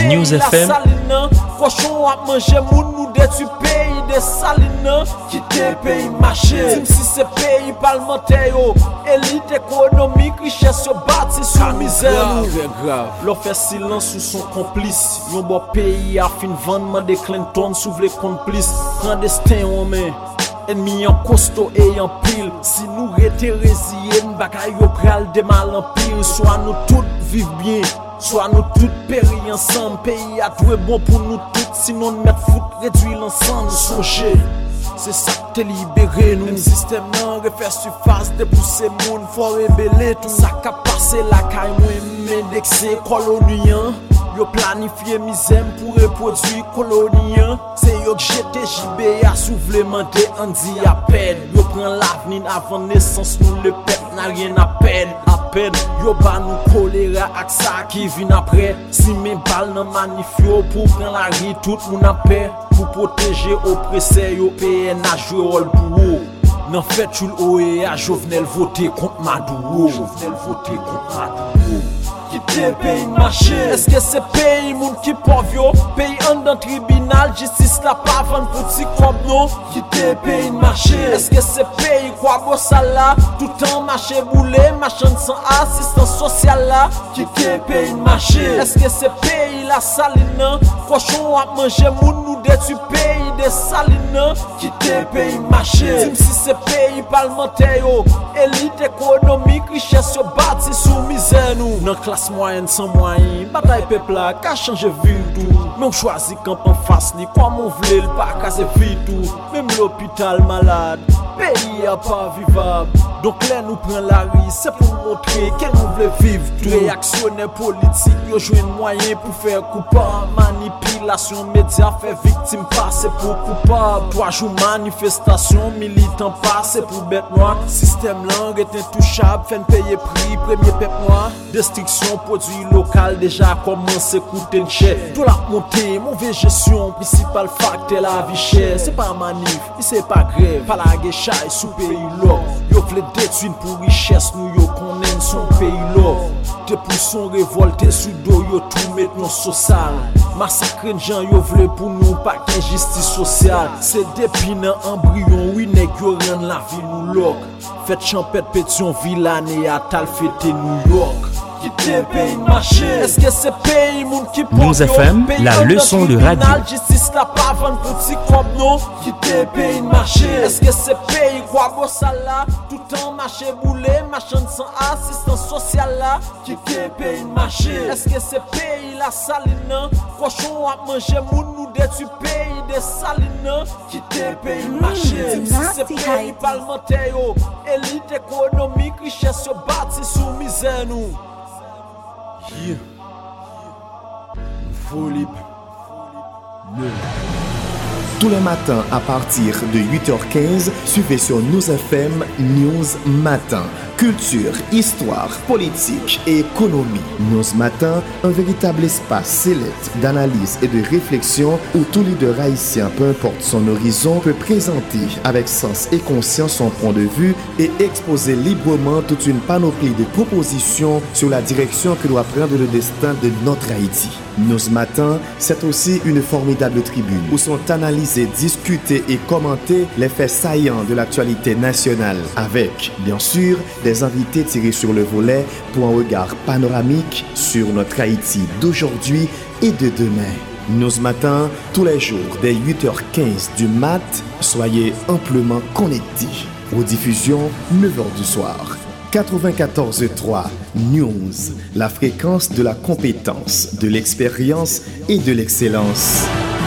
News FM. Cochon a mangé moun nous détruit pays de salines. Quitter pays marché. Sim si c'est pays parlementaire élite économique richesse se bâti sous misère. L'on fait silence sous son complice. Yon bon pays a fin vendre de Clinton sous les complices. Clandestin en main. Ennemi en costaud et en pile. Si nous rété résiliés, bagay yo pral de mal en pile. Soit nous toutes vivent bien, soit nous toutes périr ensemble. Pays a tout bon pour nous toutes. Sinon nous mettre foot réduire l'ensemble. Songez, c'est ça que t'es libéré nous. Le système non refaire surface de pousser moun. Faut rébeller tout ça qu'a passé la caille. Moi m'indexé colonien. Yo planifié misère pour reproduire colonien. C'est yo que j'étais JB à souvlementer en dit à peine. Yo prend l'avenir avant naissance, nous le peuple n'a rien à peine. Yo ba nous choléra ak ça qui vient après. Si mes balles nan manifio pour prendre la rue tout moun a paix. Pour protéger oppressé yo PNH jouer rôle pour eux. Nan fait tout l'OEA Jovenel voter contre Maduro. Quitter pays marché. Est-ce que c'est pays moun qui pauvre? Pays en dans tribunal, justice la pas vendre pour petit comme non. Quitter pays marché. Est-ce que c'est pays quoi beau ça là? Tout temps marché boulé, machin sans assistance sociale là. Quitter pays marché. Est-ce que c'est pays la saline? Cochon a mangé moun nous détruit pays de saline. Quitter pays marché. Sim si c'est pays parlementaire élite économique richesse se bâti sous misère nous. Classe moyenne sans moyen, bataille peuple là, qu'a changé vie tout. Même choisi camp en face, ni quoi mon vle le pas casser vie tout. Même l'hôpital malade, pays a pas vivable. Donc là nous prend la rue, c'est pour montrer qu'elle nous veut vivre tout. Réactionnaire politique, yo joué un moyen pour faire coupable. Manipulation média fait victime passer pour coupable. 3 jours manifestation, militant passer pour bête noire. Système langue est intouchable, fait payer prix, premier peuple noir. Destruction produit local déjà commence à coûter cher. Tout la montée, mauvaise gestion, principal facteur la vie chère. C'est pas manif, c'est pas grève, pas la guécha sous pays l'or. Yo vle détruire pour richesse, nous yo connaît son pays l'or. Te pour son révolté sous dos, yo tout mettre non social. Massacre gens yo vle pour nous pas d'injustice sociale. C'est depuis nan embryon, oui nèg yo rend la vie nous loc. Faites champêtre pétion Villane à tal fête New York. Quitter pays marché. Est-ce que c'est pays moun qui News FM, la leçon de radio. Justice la pas vendre pour petit comme non. Quitter pays marché. Est-ce que c'est pays quoi beau ça là? Tout temps marché boulé, machin sans assistance sociale là. Quitter pays marché. Est-ce que c'est pays la saline? Cochon a mangé moun nous détruit pays de saline. Quitter pays marché. Si c'est pays parlementaire élite économique richesse se bâti sous misère nous. Yeah. Folie. Tous les matins à partir de 8h15, suivez sur News FM News Matin. Culture, histoire, politique et économie. News Matin, un véritable espace sélect d'analyse et de réflexion où tout leader haïtien, peu importe son horizon, peut présenter avec sens et conscience son point de vue et exposer librement toute une panoplie de propositions sur la direction que doit prendre le destin de notre Haïti. News Matin, c'est aussi une formidable tribune où sont analysés, discutés et commentés les faits saillants de l'actualité nationale avec, bien sûr, des invités tirés sur le volet pour un regard panoramique sur notre Haïti d'aujourd'hui et de demain. News Matin, tous les jours dès 8h15 du mat, soyez amplement connectés. Aux diffusions, 9h du soir. 94.3 News, la fréquence de la compétence, de l'expérience et de l'excellence.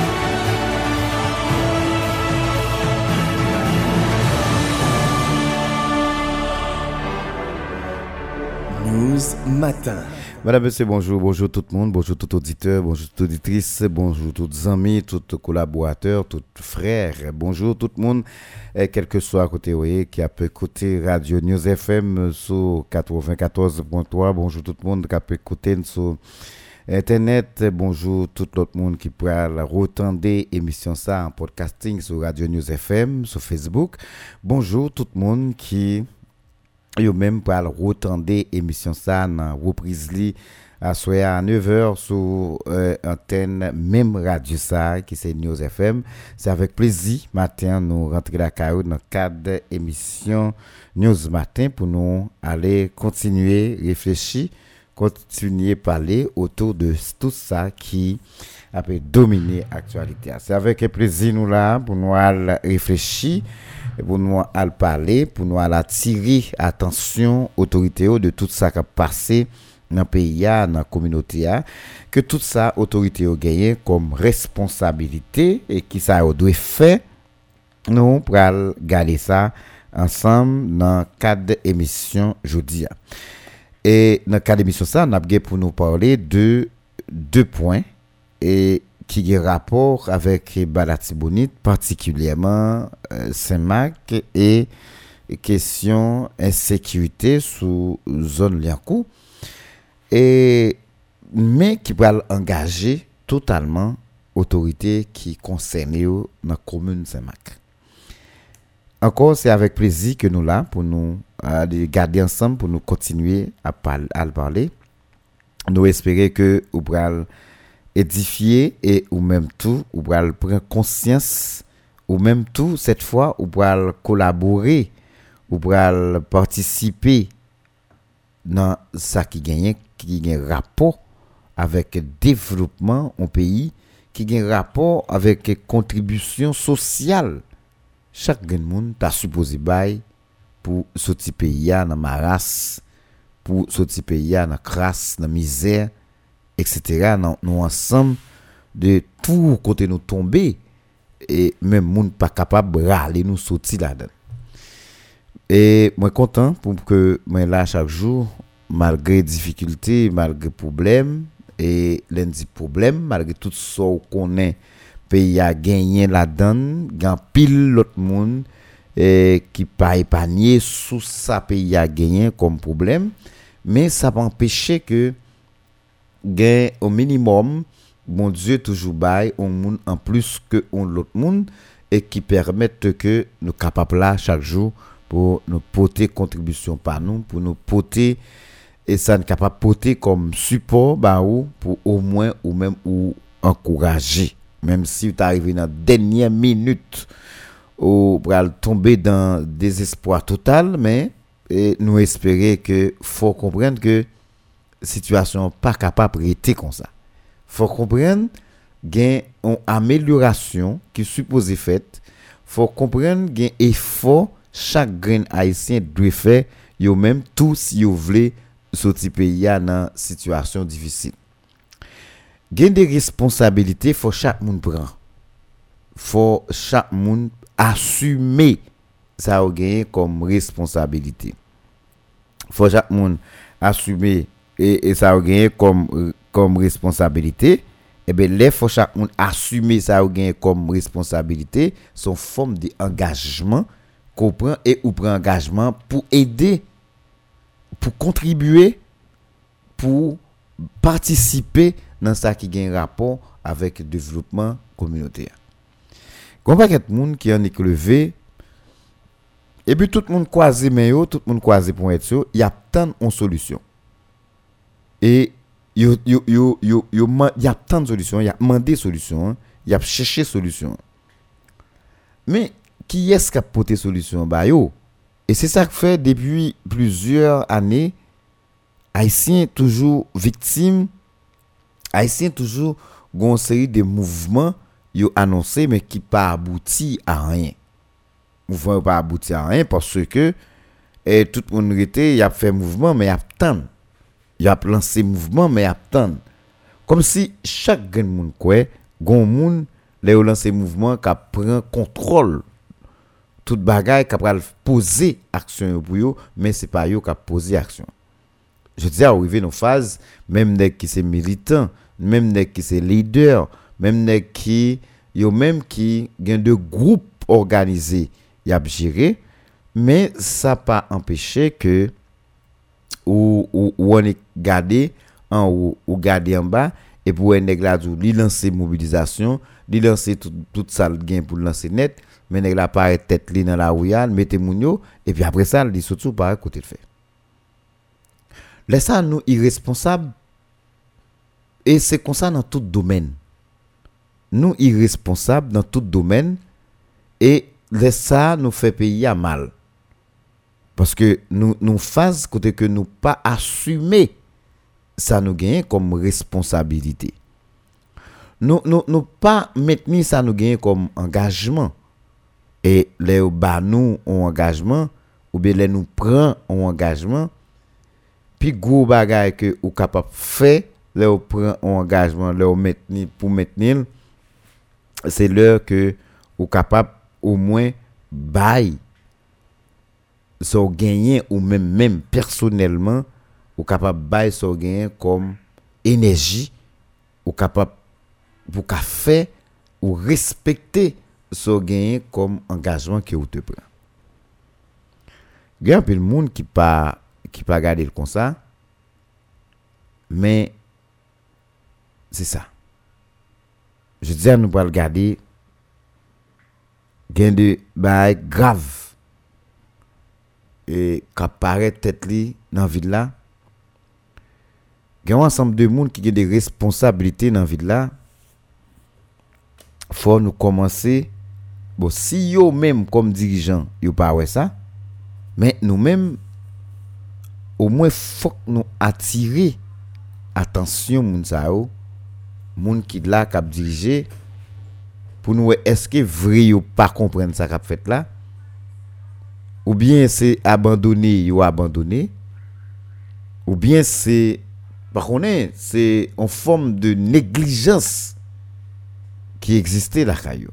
News Matin. Madame, monsieur, bonjour tout le monde, bonjour tout auditeur, bonjour toute auditrice, bonjour tous amis, tous collaborateurs, tous frères, bonjour tout le monde, quel que soit à côté, oui, qui a pu écouter Radio News FM sur 94.3, bonjour tout le monde qui a pu écouter sur Internet, bonjour tout l'autre monde qui pourra retendre émission ça en podcasting sur Radio News FM, sur Facebook, bonjour tout le monde qui... Yo même pour retendre émission ça dans reprise li à soir à 9h sur antenne même radio ça qui c'est News FM. C'est avec plaisir matin nous rentrer la caillou dans cadre émission News Matin pour nous aller continuer réfléchir, continuer parler autour de tout ça qui a pu dominer l'actualité. C'est avec plaisir nous là pour nous aller réfléchir, pour nous aller parler, pour nous aller attirer attention autorité de tout ça qui a passé dans le pays, dans la communauté, que tout ça autorité a gagné comme responsabilité et qui ça doit faire. Nous pour garder ça ensemble dans le cadre de l'émission aujourd'hui. Et dans le cadre de l'émission ça, on a pour nous parler de 2 points et qui ont rapport avec Balatibonite, particulièrement Saint-Marc et question insécurité sous zone Liancourt, et mais qui va engager totalement autorité qui concerne dans la commune Saint-Marc. Encore, c'est avec plaisir que nous là pour nous garder ensemble, pour nous continuer à parler. Nous espérons que vous pourrez édifier et ou même tout, vous pourrez prendre conscience, ou même tout, cette fois, vous pourrez collaborer, vous pourrez participer dans ça qui gagne rapport avec le développement au pays, qui gagne rapport avec contribution sociale. Chaque monde t'a supposé bail pour sortir pays dans maras, pour sortir pays dans crasse, dans misère, etc. Nous ensemble de tout côté nous tomber et même monde pas capable râler nous sortir là-dedans. Et moi content pour que moi là chaque jour malgré difficultés, malgré problèmes et lundi problème, malgré tout ça qu'on est pays a gagné là-dedans, gan pile l'autre monde qui pas épargné sous ça pays a gagné comme problème, mais ça va empêcher que gain au minimum bon Dieu toujours bail on monde en plus que on l'autre monde et qui permettent que nous capable là chaque jour pour nous porter contribution par nous, pour nous porter et ça ne capable porter comme support bah ou pour au moins ou même ou encourager, même si tu arrives dans dernière minute ou pour tomber dans désespoir total, mais nous espérer que faut comprendre que situation pas capable rester comme ça. Faut comprendre gain une amélioration qui supposée faite. Faut comprendre gain effort chaque grain haïtien doit faire yo même tout si yo voulez sortir pays dans situation difficile. Gain des responsabilités faut chaque monde prend. Faut chaque monde assumer ça gain comme responsabilité. Faut chaque monde assumer et ça gain comme responsabilité. Et bien les faut chaque monde assumer ça gain comme responsabilité son forme d'engagement qu'on prend et ou prend engagement pour aider, pour contribuer, pour participer dans ça qui a un rapport avec le développement communautaire. Quand pas quelqu'un monde qui en est levé et puis tout le monde croisé mais tout le monde croisé pour être sûr, il y a tant de solutions. Et il y a tant de solutions, il y a demandé solutions, il y a cherché solutions. Mais qui est-ce qui a porté solution bah yo? Et c'est ça que fait depuis plusieurs années haïtiens toujours victimes, haïtiens toujours gon série de mouvements yo annoncé mais qui pas abouti à rien. Mouvement pas abouti à rien parce que tout le monde était y a fait mouvement mais y a tant. Y a lancé mouvement mais y a tant. Comme si chaque grand monde quoi gon monde les lancer mouvement qui prend contrôle toute bagaille qui va poser action pour yo mais c'est pas yo qui poser action. Je dis arriver dans phase même dès qui c'est militant, même dès qui c'est leader, même dès qui yo même qui gagne de groupes organisés y a géré mais ça pas empêché que ou on est gardé en haut ou gardé en bas et pour un nèg là li lancer mobilisation, li lancer tout ça gain pour lancer net mais nèg la paraît tête li dans la rouillade mettez moun yo et puis après ça il surtout par côté de fait. Laisse ça nous irresponsable Et c'est comme ça dans tout domaine. Nous irresponsables dans tout domaine et ça nous fait payer à mal. Parce que nous faisons côté que nous pas assumer ça nous gagne comme responsabilité. Nous pas maintenir ça nous gagne comme engagement. Et les bas nous ont engagement ou bien les nous prend un engagement puis gros bagay que ou capable faire les prend un engagement les maintenir pour maintenir c'est l'heure que ou capable au moins bail so gagner ou même personnellement ou capable bail so gagner comme énergie ou capable pour qu'a faire ou respecter so gagner comme engagement que ou te prend. Il y a un peu de monde qui pas regarder comme ça mais c'est ça. Je dis à nous pas regarder gain de bail grave et qu'apparaît tête li dans vie là. Il y a un ensemble de monde qui a des responsabilités dans vie là. Faut nous commencer bon si yo même comme dirigeant yo pas ouais ça mais nous même au moins faut nous attirer attention moun sa yo moun qui là cap diriger pour nous est-ce que vrai yo pas comprendre ça qu'a fait là ou bien c'est abandonné ou bien c'est par contre c'est en forme de négligence qui existait là caillou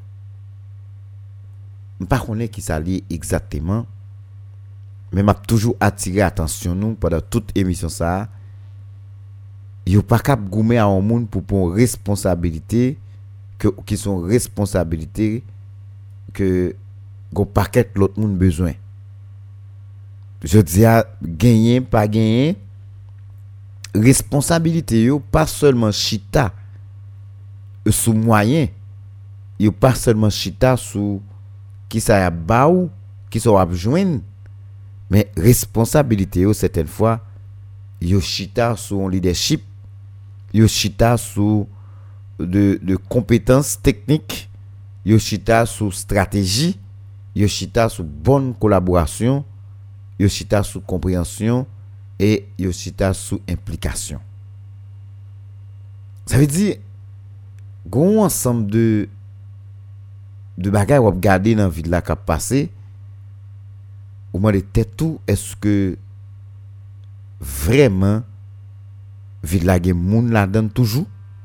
pas connaît qui ça lié exactement mais m'a toujours attiré attention nous pendant toute émission ça yo pas cap goumer à un monde pour prendre responsabilité qui sont responsabilités que go paquet l'autre monde besoin. Je dis à gagner pas gagner responsabilité yo pas seulement chita sous moyen yo pas seulement chita sous qui ça a baou qui sont joindre mais responsabilité yo certaines fois yo chita sous un leadership yo chita sous de compétences techniques yo chita sous stratégie yo chita sous bonne collaboration yo chita sous compréhension et yo chita sous implication. Ça veut dire gon ensemble de bagages ou regarder dans vie là qui a passé au moins de tête tout est-ce que vraiment vie là gen moun la donne toujours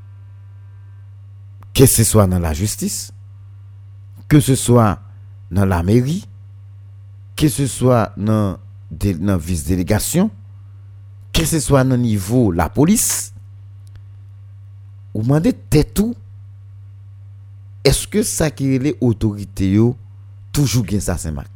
que ce soit dans la justice que ce soit dans la mairie que ce soit dans vice délégation que ce soit dans niveau la police ou demander tête tout est-ce que ça qui les autorités yo toujours gen ça Saint-Marc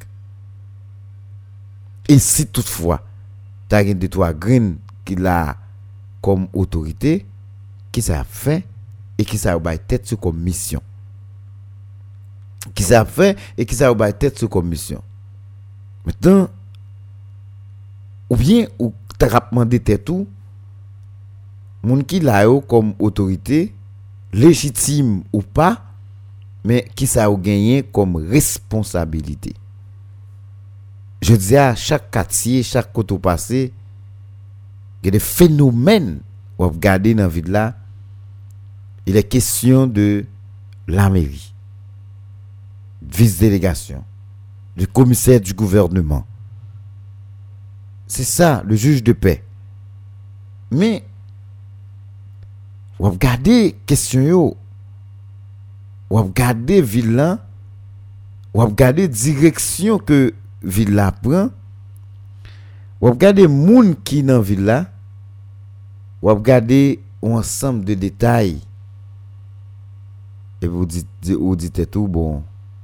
et si toutefois t'as gen de toi green qui la comme autorité qui ça fait et qui ça ba tête sur comme mission qui ça fait et qui ça ba tête sur comme mission maintenant ou bien ou t'as demandé tête tout moun qui la yo comme autorité légitime ou pas mais qui ça a gagné comme responsabilité. Je dis à chaque quartier, chaque côté passé, il y a des phénomènes où vous regardez dans la ville là, il est question de la mairie, vice-délégation, le commissaire du gouvernement. C'est ça, le juge de paix. Mais vous regardez question yo, ou regarder ville là ou regarder direction que ville là prend ou regarder moun qui dans ville là ou regarder un ensemble de détails et vous dites tout bon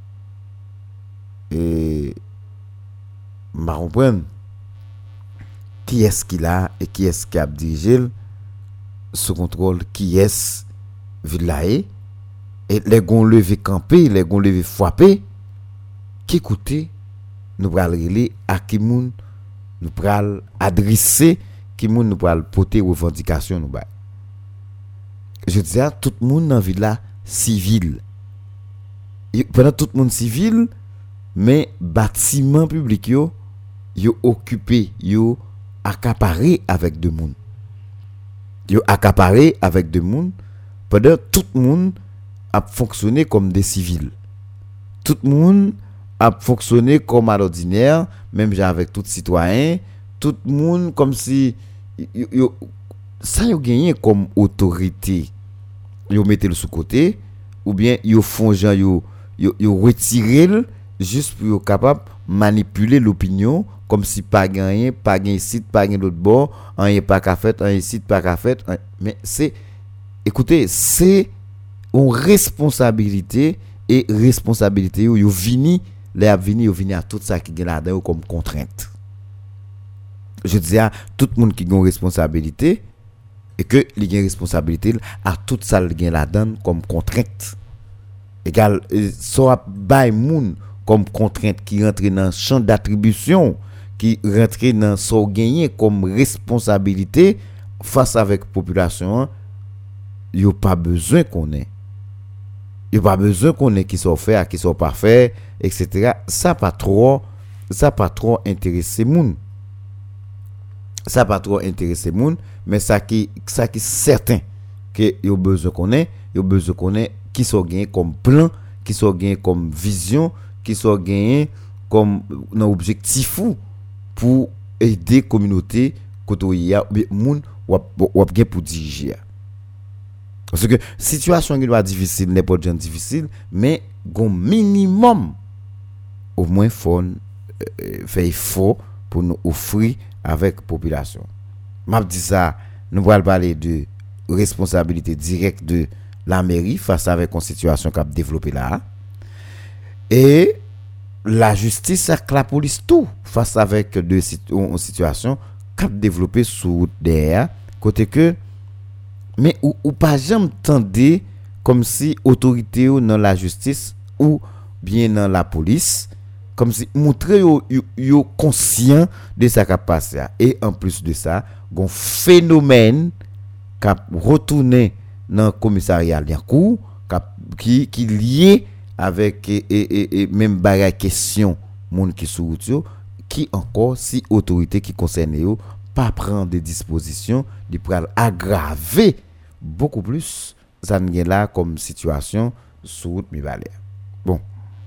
et m'a comprendre qui est-ce qu'il a et qui est-ce qui a dirigé sous contrôle qui est ville là et les gon levé camper les gon levé frapper qui écouter nous pral relé à qui moun nous pral adresser qui moun nous pral porter revendication nous ba je disais, tout le monde dans la ville civil. Pendant tout le monde civil, mais bâtiment public yo occupé, yo accaparé avec de monde. Yo accaparé avec de monde pendant tout le monde a fonctionné comme des civils. Tout le monde a fonctionné comme à l'ordinaire, même avec tout citoyen, tout le monde comme si ça yo gagné comme autorité. Yo mettez le sous côté ou bien yo font gens yo retirer juste pour être capable manipuler l'opinion comme si pas gagné ici pas gagné l'autre bord rien pas qu'à fait un ici pas qu'à fait mais c'est écoutez c'est une responsabilité et responsabilité yo vini à tout ça qui gagne là-dedans comme contrainte. Je dis à tout le monde qui a une responsabilité et que il a une responsabilité à tout ça qui gagne là-dedans comme contrainte. Égal soit by moun comme contrainte qui rentre dans champ d'attribution qui rentre dans so gagner comme responsabilité face avec population yo pas besoin qu'on ait qui sont faits qui sont pas faits etc. ça pas trop intéresser moun mais ça qui certain que yo besoin qu'on ait qui sont gagnés comme plan, qui sont gagnés comme vision, qui sont gagnés comme un objectif pour aider communauté côté ou bien moun ou bien pour diriger. Parce que situation qui doit difficile n'est pas difficile mais gon minimum au moins faut faire effort pour nous offrir avec population. M'a dit ça, nous allons parler de responsabilité directe de la mairie face avec une situation qui a développé là et la justice avec la police tout face avec une situation qui a développé sous derrière côté que mais ou pas jamais tendez comme si autorité dans la justice ou bien dans la police comme si montrer yo conscient de ça qui a passé et en plus de ça un phénomène qui a retourné dans le commissariat Liancourt qui lié avec et même bagarre question monde qui sous route qui encore si autorité qui concerne yo pas prendre des dispositions de pour aggraver beaucoup plus ça n'est là comme situation sur route Mivalère. Bon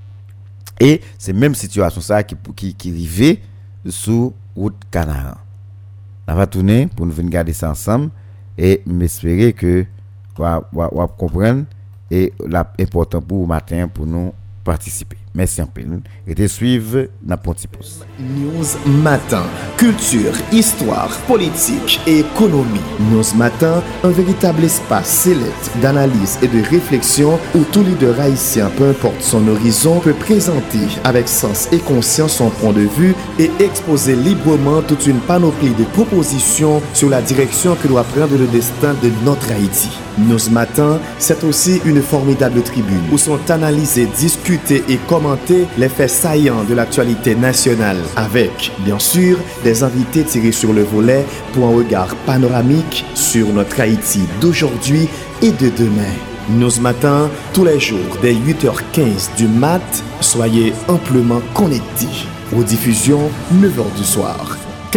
et c'est même situation ça qui arrivait sur route Canaran. On va tourner pour nous venir garder ça ensemble et m'espérer que on comprendre et l'important pour matin pour nous participer. Merci un peu. Et de suivre na Pontipos. News Matin. Culture, histoire, politique et économie. News Matin, un véritable espace sélect d'analyse et de réflexion où tout leader haïtien, peu importe son horizon, peut présenter avec sens et conscience son point de vue et exposer librement toute une panoplie de propositions sur la direction que doit prendre le destin de notre Haïti. News Matin, c'est aussi une formidable tribune où sont analysés, discutés et commentés les faits saillants de l'actualité nationale avec, bien sûr, des invités tirés sur le volet pour un regard panoramique sur notre Haïti d'aujourd'hui et de demain. News Matin, tous les jours dès 8h15 du mat, soyez amplement connectés. Aux diffusions, 9h du soir.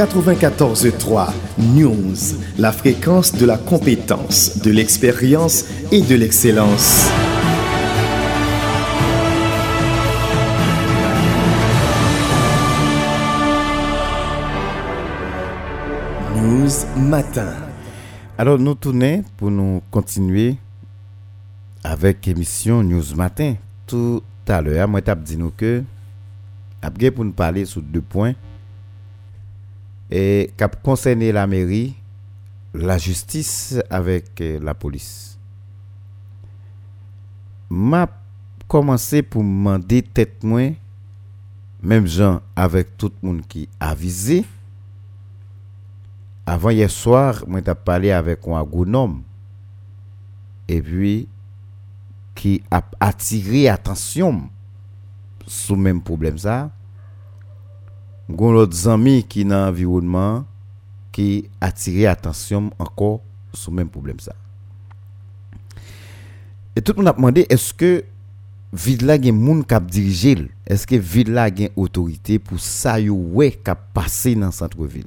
94.3 News, la fréquence de la compétence, de l'expérience et de l'excellence. News Matin. Alors nous tournons pour nous continuer avec l'émission News Matin. Tout à l'heure, moi t'ai dit nous que après pour nous parler sur deux points et qui concerné la mairie, la justice avec la police. M'a commencé pour demander tête moi même gens avec tout le monde qui avisé. Avant hier soir, moi t'ai parlé avec un agronome et puis qui a attiré attention sur même problème ça. Gon l'autre ami qui dans environnement qui attiré attention encore sur même problème ça. Et tout le monde a demandé est-ce que ville là gen moun k'ap diriger, est-ce que ville là gen autorité pour ça yo ouais k'ap passer dans centre ville.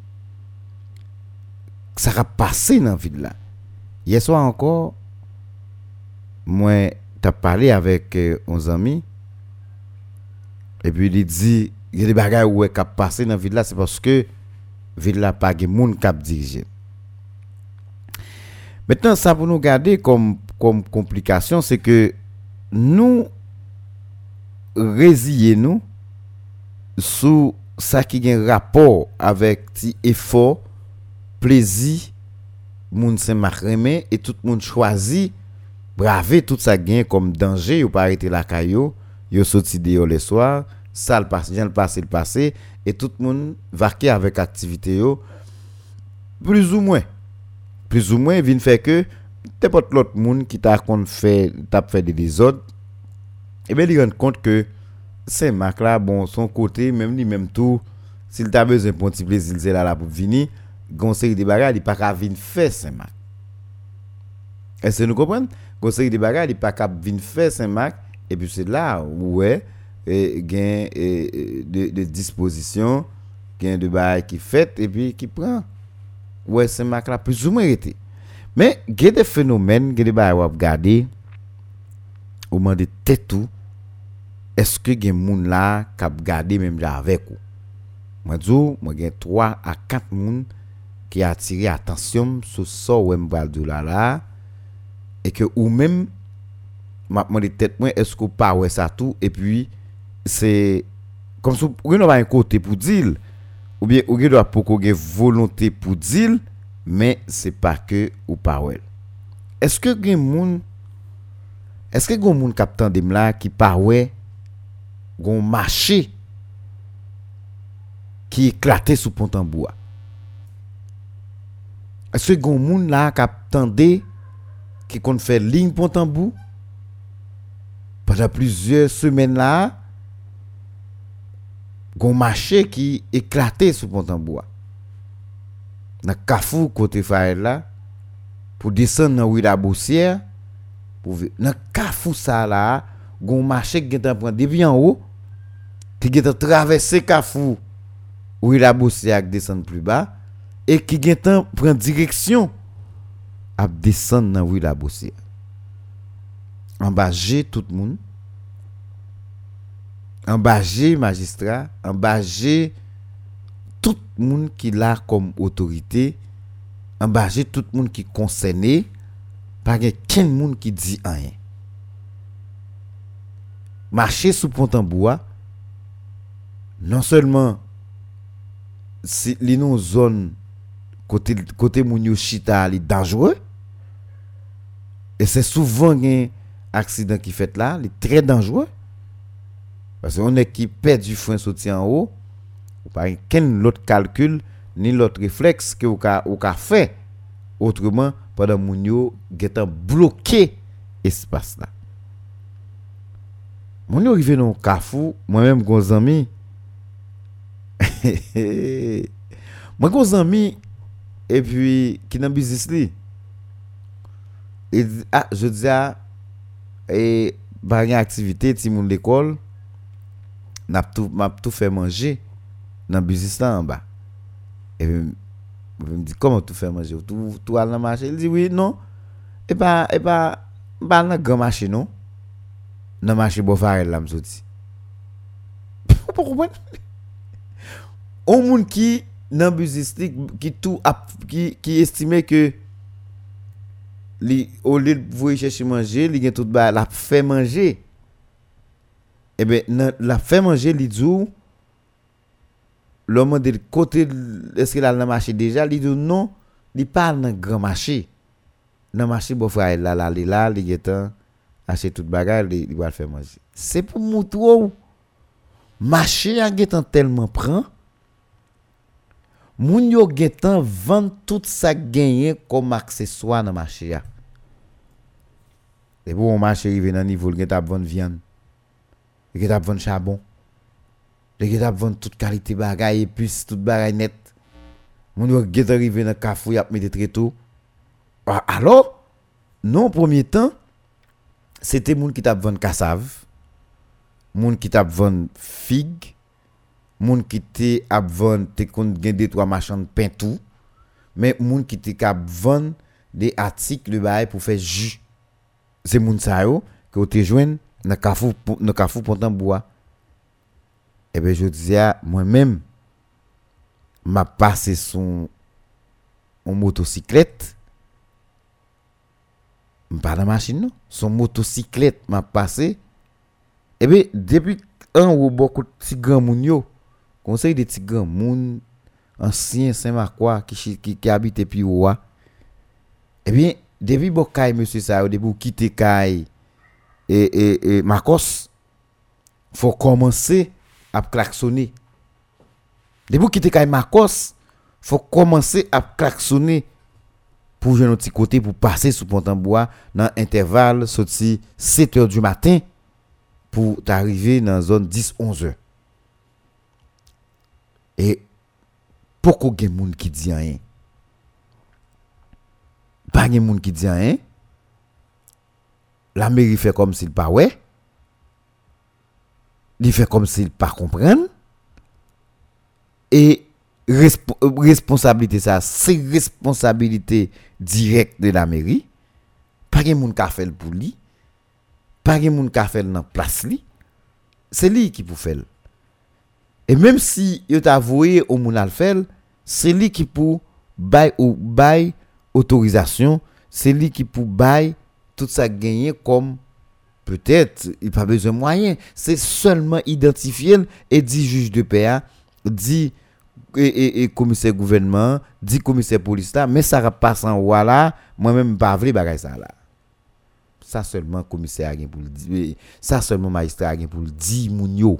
Ça a passé dans ville là. Hier soir encore moi t'as parlé avec un ami et puis il dit il y a des bagages ouais k'ap passer dans ville là c'est parce que ville là pas gen moun k'ap diriger. Maintenant ça pour nous garder comme complication c'est que nous résilier nous sous ça qui a un rapport avec ti effort plaisir moun Saint-Marc remè et tout monde choisi braver tout ça gain comme danger ou pas arrêter la caillou yo sorti dehors le soir ça le passé et tout le monde vaquer avec activité yo plus ou moins vient faire que n'importe l'autre monde qui t'a fait des désordres et bien il rend compte que Saint-Marc là bon son côté même tout s'il t'a besoin pour un petit plaisir c'est là pour venir gon série de bagages il pas ka venir faire Saint-Marc. Est-ce que nous comprenons gon série de bagages il pas ka venir faire Saint-Marc et puis c'est là ouais gain de disposition gain de bagages qui fait et puis qui prend ouais Saint-Marc là plus ou moins été mais il y a des phénomènes il y a des bagages à regarder au moment de tête tout est-ce que gen moun là qui a garder même avec ou moi gen 3 à 4 moun qui a attiré attention sur ça ou m'bal là et que ou même m'a demandé tête moi est-ce que pas ouais ça tout et puis c'est comme si on a un côté pour dire ou bien on doit pour qu'on ait volonté pour dire mais c'est pas que ou pas ouais est-ce que gen moun captant dem là qui pas ouais gon marché qui éclaté sous pont en bois est-ce que gon moun là captande qui kon fait ligne pont en bout pendant plusieurs semaines là gon marché qui éclaté sous pont en bois dans Kafou côté Faël là pour descendre dans Ouida Bossière pour dans Kafou ça là gon marché qui est prend depuis en haut qui est traverser Kafou Ouida Bossière descendre plus bas et qui est prend direction à descendre dans Ouida Bossière embarger tout le monde embarger magistrat embarger tout le monde qui là comme autorité embarger tout le monde qui concerné pas qu'un monde qui dit rien marcher sous pont en bois non seulement si li non zone côté moun yo chita li dangereux et c'est souvent un accident qui fait là li très dangereux parce qu'on est qui perd du frein sorti en haut ou pas qu'un l'autre calcul ni l'autre réflexe que ou ka fait autrement pendant moun yo getan bloqué espace là moun yo rive dans Kafou moi-même gon ami moi gon ami et puis qui dans business li et je dis et ba gen activité ti moun l'école m'a tout fait manger dans business là en bas et me dit comment tout faire manger tout à la marché il dit oui non et pas dans grand marché non dans marché Beaufarel là me sorti pas comprendre au monde qui dans business qui tout qui estimait que li au lieu de vous chercher manger li gen tout ba la fait manger et ben la fait manger li dit l'homme de côté est-ce qu'il a dans marché déjà il dit non il pas dans grand marché dans marché Beaufarel là il getan acheter toute bagarre il va faire manger c'est pour moutro marché a getan tellement prend moun yo getan vend tout ça gagné comme accessoire dans marché a et bon marché rive dans niveau il getan vendre viande il getan vendre charbon les gars vendent toute qualité bagaille et puis toute bagaille net mon yo gars arrivé dans Kafou y a mettre très tôt alors non premier temps c'était moun qui t'a vendre cassave, moun qui t'a vendre figue, moun qui t'ai a vendre te kon gen deux trois marchands de pain tout, mais moun qui t'ai cap vendre des articles de bail pour faire jus. C'est moun sa yo que ou te joine dans Carrefour Pontambois. Et ben je disais moi-même m'a passé son motocyclette. Pas dans machine non, son motocyclette m'a passé. Et ben depuis un ou beaucoup de petits grands moun yo, conseil des petits grands moun ancien Saint-Marcois qui habite puis ouah. Et bien depuis Bokay monsieur ça depuis quitter Kay et Marcos faut commencer à klaxonner. Depuis quitter Kay Marcos, faut commencer à klaxonner pour jouer notre côté pour passer sous Pontambois dans intervalle sorti 7h du matin pour t'arriver dans zone 10-11h. Et pourquoi gen moun qui dit rien? Pas gen moun qui dit rien. La mairie fait comme s'il pas ouais. Il fait comme s'il pas comprendre. Et responsabilité ça, c'est responsabilité directe de la mairie. Pas gen moun ka fait pour lui. Pas gen moun ka fait dans place li. C'est lui qui pour faire. Et même si yo t'a avoué au moun al faire, c'est lui qui pour bail autorisation, c'est lui qui pour bail tout ça gagner comme peut-être il pas besoin de moyens, c'est seulement identifier et dit juge de paix, dit et commissaire gouvernement, dit commissaire police là, mais ça passe en voilà, moi-même pas vle bagay ça là. Ça seulement commissaire a pour le dire, ça seulement magistrat a pour le dire moun yo.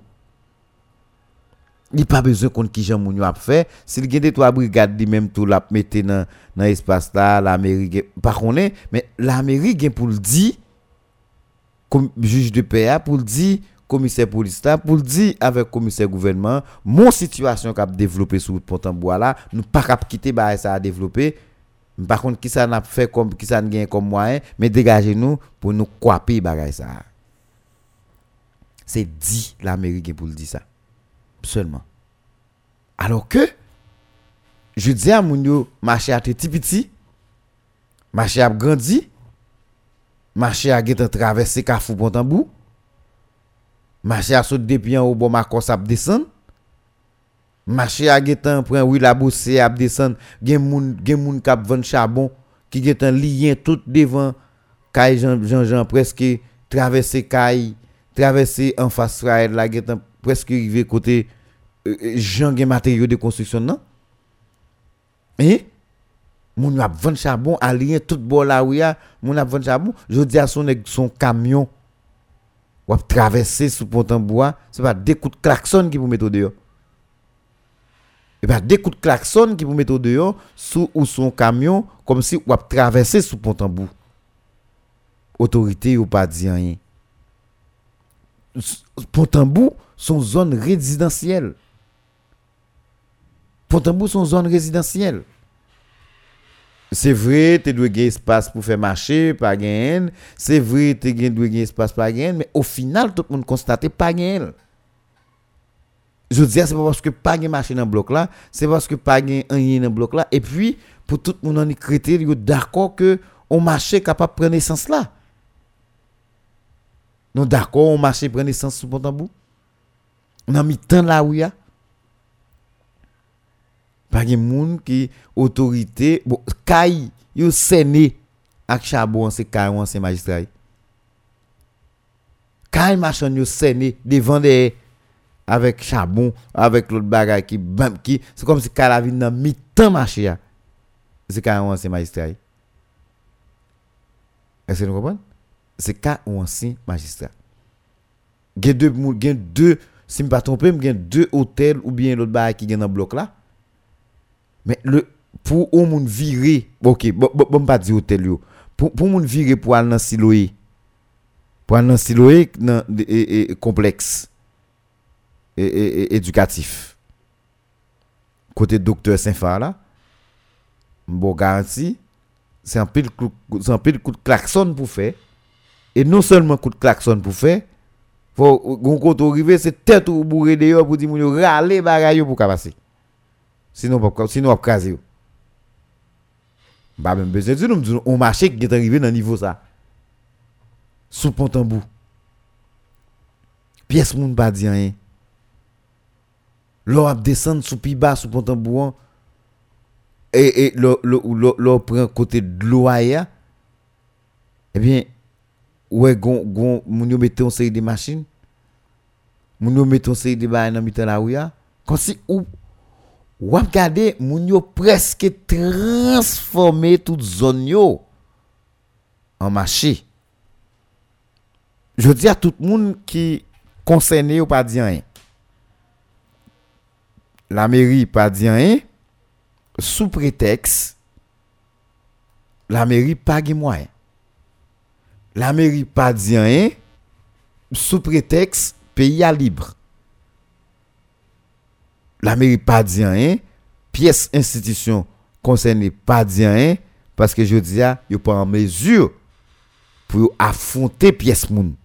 Il pas besoin qu'on qui Jean moun yo a fait, s'il gen des trois brigades di même tout la mettre dans espace là, la mairie pas connaît, mais la mairie gen pour le dire comme juge de paix pour le dire commissaire police là pour le dire avec commissaire gouvernement mon situation qu'a développer sur Pontambois là nous pas cap quitter ba ça a développer par contre qui ça n'a fait comme qui ça gagne comme moyen mais dégagez nous pour nous couper bagay ça c'est dit la mairie pour le dire ça seulement alors que je dis à moun yo marché a petit petit marché a grandi marché a gete traverser Carrefour Pontambour marché a saute depuis en haut bon Marcos a descendre marché a gete prend oui la bosse a descendre gen moun k'ap vendre charbon qui gete lien tout devant Kay Jean presque traverser Kay traverser en face Raël la gete presque arrivé côté Jean gen matériaux de construction non et moun a vendre charbon a lien tout bord là où ya moun a vendre charbon je dis à son camion ou traverser sous Pontambois c'est pas des coups de klaxon qui vous mettre dehors et pas des coups de klaxon qui vous mettre dehors sous ou son camion comme si ou traverser sous Pontambour autorité ou pas dit rien Pontambour son zone résidentielle Pontambour son zone résidentielle. C'est vrai, tu dois gagner espace pour faire marché, pas gagner. C'est vrai, tu dois gagner espace pas gagner, mais au final tout le monde constate pas gagner. Je dis c'est pas parce que pas gagner marché dans bloc là, c'est parce que pas gagner rien dans bloc là et puis pour tout le monde en critère yo d'accord que on marché capable prendre naissance là. Non d'accord, on marché prendre naissance sous Pontambour. On a mis temps là où il y a pas gen moun qui autorité bon Kay yo séné ak charbon c'est Kay ou ancien magistrat Kay machin yo séné devant des avec charbon avec l'autre bagage qui c'est comme si Kay la vinn dans mi-temps marché c'est Kay ou ancien magistrat est-ce que vous comprenez c'est Kay ou ancien magistrat gen deux si me pas tromper gen deux hôtels ou bien l'autre bagage qui gen dans bloc là. Mais pour on moun virer OK bon pas dire hôtel yo pour moun virer pour aller dans Siloé dans complexe éducatif côté docteur Saint-Phar là bon garantie c'est un peu coup de klaxon pour faire Et non seulement coup de klaxon pour faire, faut gon côté arriver c'est tête ou bourré dehors pour dire moun yo râler bagaille pour ka passer. Sinon on craser. Bah même besoin de nous on marché qui est arrivé dans niveau ça. Sous pont en bout. Pièce moun pas di rien. L'on a descendre sous pi bas sous pont en bout et l'on prend côté de l'eau ya. Eh bien ouais gon moun yo mette on série de machines. Moun yo mette on série de bail dans mitan la ouya. Comme si ou regarder moun yo presque transformer toute zone yo en marché. Je dis à tout le monde qui concerné ou pas dit rien. La mairie pas dit rien sous prétexte la mairie pas gen moyen. La mairie pas dit rien sous prétexte pays à libre. La mairie pas dit rien, pièce institution concernée pas dit rien parce que je dis a yo pas en mesure pour affronter pièce moun.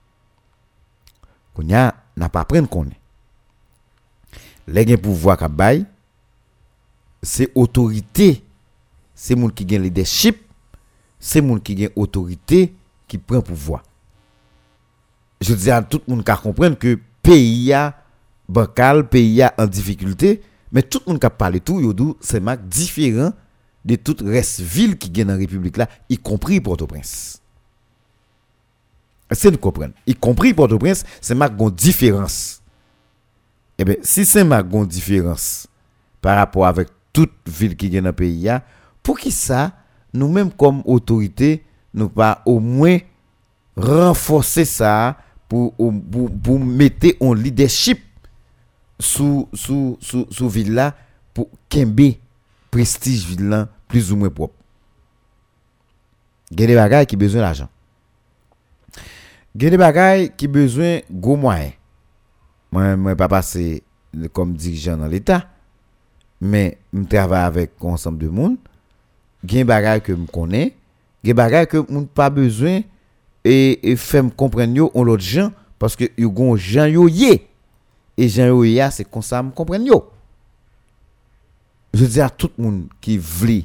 Kounya n'a pas prendre connait. Les gen pouvoir ka bay c'est autorité, c'est moun qui gen leadership, c'est moun qui gen autorité qui prend pouvoir. Je dis à tout le monde qui comprendre que pays a bancal, pays a en difficulté, mais tout le monde qui parle tout yodou c'est marque différent de tout reste ville qui gagne dans république là, y compris Port-au-Prince. C'est de comprendre. Y compris Port-au-Prince, c'est marque gon différence. Eh ben si c'est marque gon différence par rapport avec toute ville qui gagne dans pays là, pour qui ça nous même comme autorité nous pas au moins renforcer ça pour mettre en leadership sous ville là pour kembe prestige ville là plus ou moins propre. Gen des bagages qui besoin d'argent. Gen des bagages qui besoin gros moyens. Moi pas passer comme dirigeant dans l'état mais me travaille avec ensemble de monde. Gen bagages que me connais, gen bagages que moun pas besoin et fait me comprendre yo on l'autre gens parce que yo gon gens yo yé et gens yo yé c'est comme ça me comprendre yo. Je dis à tout le monde qui veut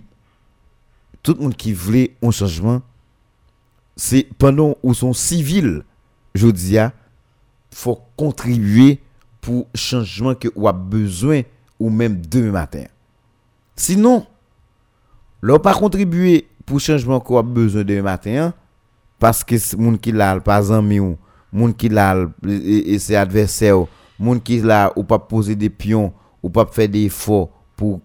un changement c'est pendant où sont civils je dis à faut contribuer pour changement que ou a besoin ou même demain matin. Sinon l'on pas contribuer pour changement qu'on a besoin demain matin parce que moun qui là pas ami ou moun qui là et c'est adversaire moun qui là ou pas poser des pions ou pas faire des efforts pour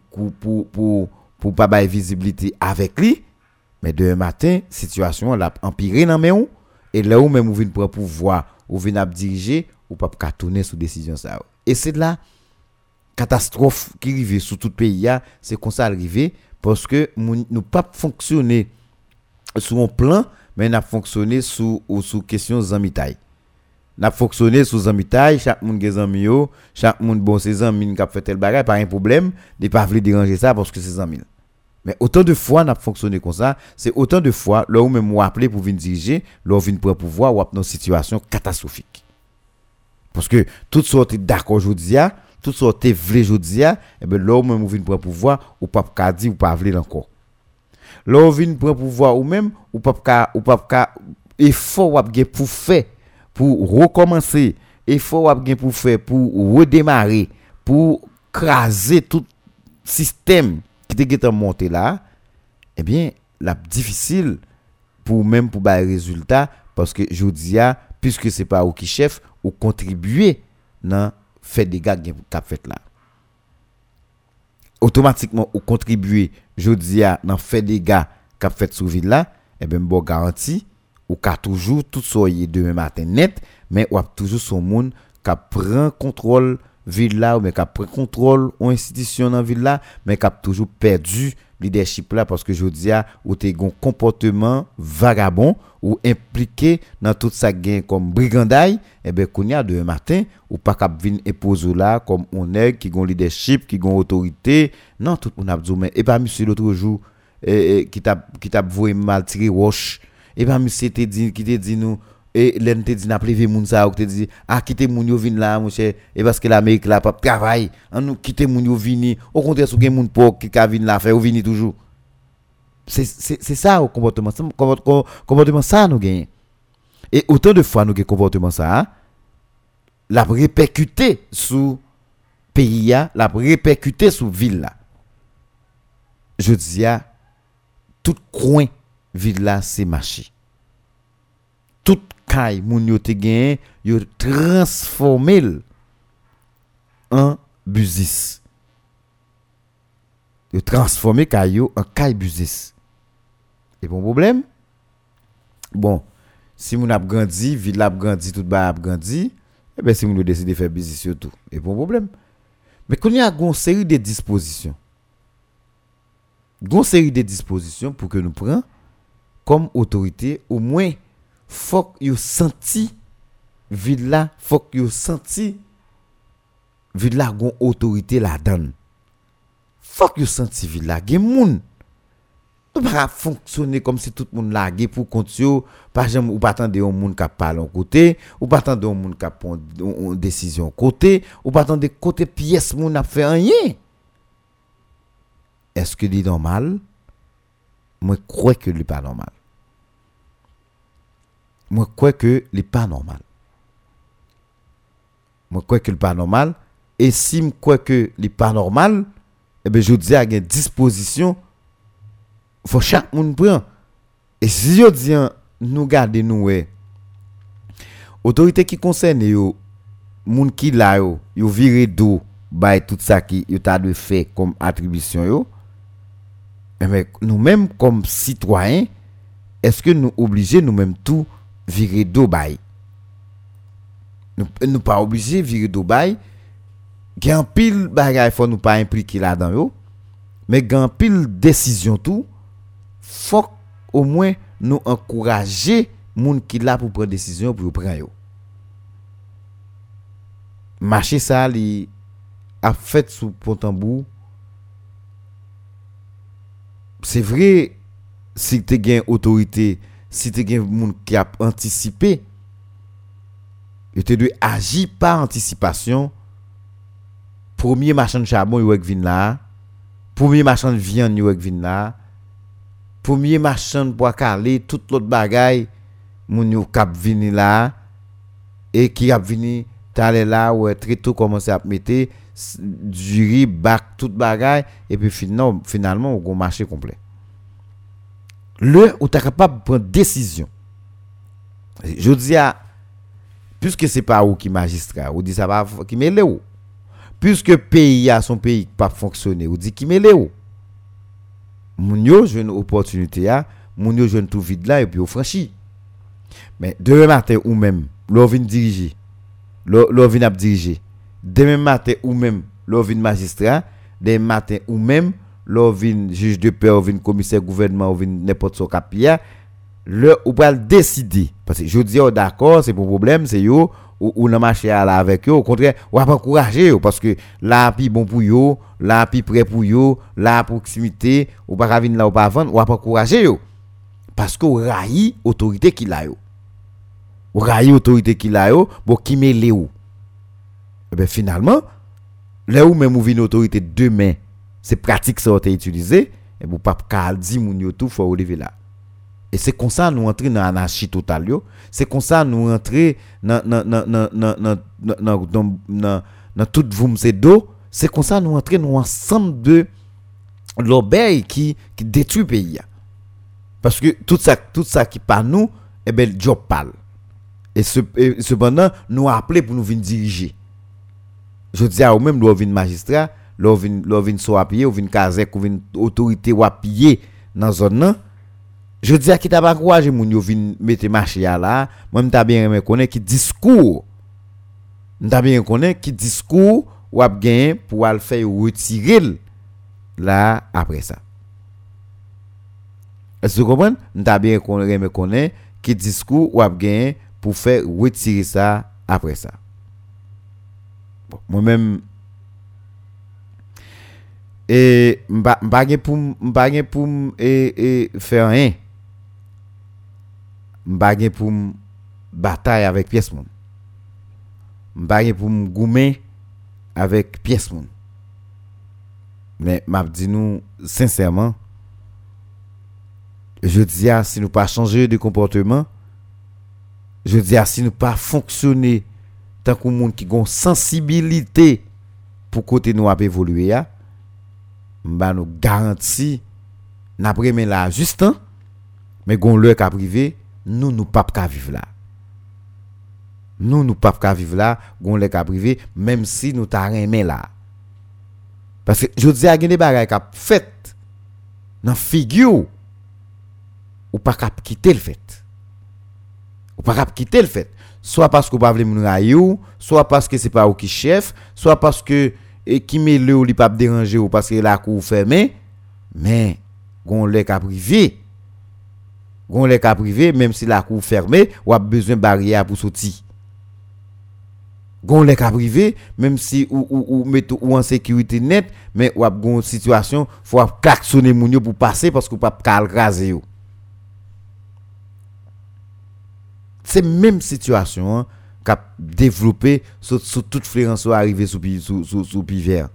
pas bailler visibilité avec lui mais demain matin situation l'a empiré dans main ou et là où même ou vinn prendre pouvoir ou vinn ap diriger ou pas tourner sous décision ça et c'est de la catastrophe qui arrive sur tout pays c'est comme ça arrivé parce que nous pas fonctionner sur un plan mais n'a fonctionné sous question zamitaille. N'a fonctionné sous zamitaille, chaque monde gen zami yo, chaque monde bon ses amis qui a fait tel bagage pas un problème, ne pas vle déranger ça parce que c'est amis. Mais autant de fois n'a fonctionné comme ça, c'est autant de fois là où même ou appeler pour venir diriger, là venir prendre pouvoir ou dans situation catastrophique. Parce que toute sorte d'accord aujourd'hui a, toute sorte vle aujourd'hui a, et ben là où même ou venir prendre pouvoir ou pas ka di ou pas vle encore. Là on vient prendre pouvoir ou même ou pas effort ou gen pour faire pour recommencer effort ou gen pour faire pour redémarrer pour craser tout système qui était monté là eh bien la difficile pour même pour bailler résultat parce que jodi a puisque c'est pas ou qui chef ou contribuer dans fait des gars qui a fait là automatiquement ou contribuer jodi a dans fait des gars qu'a fait sous ville là et ben bon garantie ou qu'a toujours tout soyez demain matin net mais ou a toujours son monde qui prend contrôle ville là ou mais qui prend contrôle en institution dans ville là mais qui a toujours perdu leadership là parce que jodi a ou te gon comportement vagabond ou impliqué dans tout ça gain comme brigandaille et ben kounya demain matin ou pas cap vinn imposer là comme on est qui gon leadership qui gon autorité non tout on a dit mais et pas monsieur l'autre jour qui t'a voué mal tirer roche et ben monsieur te dit qui te dit nous et l'en te dit n'a privé moun ça ou te dit quitter moun yo vinn là mon cher et parce que l'Amérique là pas travail on nous quitter moun yo vini au contraire sou gen moun pauvre qui ka vinn là faire ou vini toujours c'est ça au comportement ça nous gagne et autant de fois nous gagne comportement ça la répercuter sous pays là la répercuter sous ville là je dis tout coin ville là c'est marché tout caille moun yo te gen yo transformer en business yo transformer caillou en caille business et bon problème bon si moun a grandi ville a grandi tout ba a grandi et ben si moun décide de faire business sur tout et bon problème mais qu'on y a une série de dispositions pour que nous prenions comme autorité au moins faut yo senti ville là faut yo senti ville là gon autorité la donne faut yo senti ville là gen moun nous pas fonctionner comme si tout monde lagué pour continuer par exemple ou pas attendre un monde qui parle en côté ou pas attendre un monde qui prend une décision côté ou pas attendre côté pièce monde a fait rien est-ce que c'est normal moi crois que c'est pas normal moi crois que c'est pas normal et si me crois que c'est pas normal eh ben je dis à une disposition faut chaque monde prend et si je dis nous garder nous autorité qui concerne yo moun qui là yo viré d'eau bay tout ça qui yo t'a de fait comme attribution yo mais nous même comme citoyens est-ce que nous obligés nous même tout virer d'eau bay nous pas obligés virer d'eau bay gen pile bagay faut nous pas impliquer là-dedans yo mais gen pile décision tout faut au moins nous encourager moun qui là pour prendre décision pour prendre yo marché ça li a fait sous Pontambour c'est vrai si tu gain autorité si tu gain moun qui a anticipé et tu dois agir par anticipation premier marchand de charbon yo vinn là premier marchand de viande yo vinn là premier marchand de bois calé tout l'autre bagaille moun yo k'ap vinn là et qui a vinn t'aller là ouais très tôt commencer à mettre du riz bac toute bagaille et puis finalement au marché complet le ou t'es capable de prendre décision je dis puisque c'est pas ou qui magistrat ou dit ça va qui mêlé ou puisque pays a son pays pas fonctionner ou dit qui mêlé ou moun yo jeune opportunité a moun yo jeune tout vide là et puis au franchi mais demain matin ou même l'on vient diriger l'on vient diriger demain matin ou même l'on vient magistrat demain matin ou même l'on vient juge de paix ou vient commissaire gouvernement ou vient n'importe son capia le ou va décider parce que je dis d'accord c'est pour problème c'est yo ou nan marché là avec yo au contraire ou va encourager yo parce que là pi bon pour yo là pi prêt pour yo là proximité ou pas venir là ou pas vendre ou va encourager yo parce que ou rayi autorité qui là yo ou rayi autorité qui là yo bon qui mêlé ou et ben finalement là où même ou vinn autorité demain c'est pratique ça été utilisé et pour pas cal di moun yo tout faut lever là et c'est comme ça nous entrer dans anarchie totale yo c'est comme ça nous entrer dans toute voum c'est dos c'est comme ça nous entrer dans ensemble de l'obéi qui détruit pays parce que tout ça qui par nous et ben le job parle et cependant nous appeler pour nous venir diriger je dis à ou même l'on vinn magistrat l'on vinn so appuyer ou vinn kazek ou vinn autorité ou appuyer dans zone là je dis à qui t'a pas encouragé moun yo vinn mettre marché là moi m'ta bien reconnaître qui discours ou a gagné pour al faire retirer là après ça est-ce que vous comprenez m'ta bien reconnaître qui discours ou a gagné pour faire retirer ça après ça bon, moi même et m'pa pour et faire rien m'pa gen pour bataille avec pièce moun. M'pa gen pour m'goumer avec pièce moun. Mais m'a dit nous sincèrement, je dis si nous pas changer de comportement, je dis si nous pas fonctionner tant que monde qui gon sensibilité pour côté nous a évoluer ya, m'ba nous garantit n'a remet là juste temps, mais gon l'heure ka privé, nous pas ka vivre là. Nous pas ka vivre là, gon l'heure ka privé même si nous t'a remet là. Parce que je dis à gen des bagages qu'a fait dans figure ou pas cap quitter le fait. Ou pas cap quitter le fait. Soit parce que pas vle moun rayou, soit parce que c'est pas ou qui chef, soit parce que qui met le ou li pas déranger ou parce que la cour fermée, mais gon le ka privé. Gon le ka privé même si la cour fermée, ou a besoin barrière pour sortir. Gon le ka privé même si ou met ou en sécurité net, mais ou a gon situation faut klaxonner moun yo pour passer parce que pas ka raser yo. C'est même situation qu'a développé sur toute Fléranceau arrivé sous Pivert.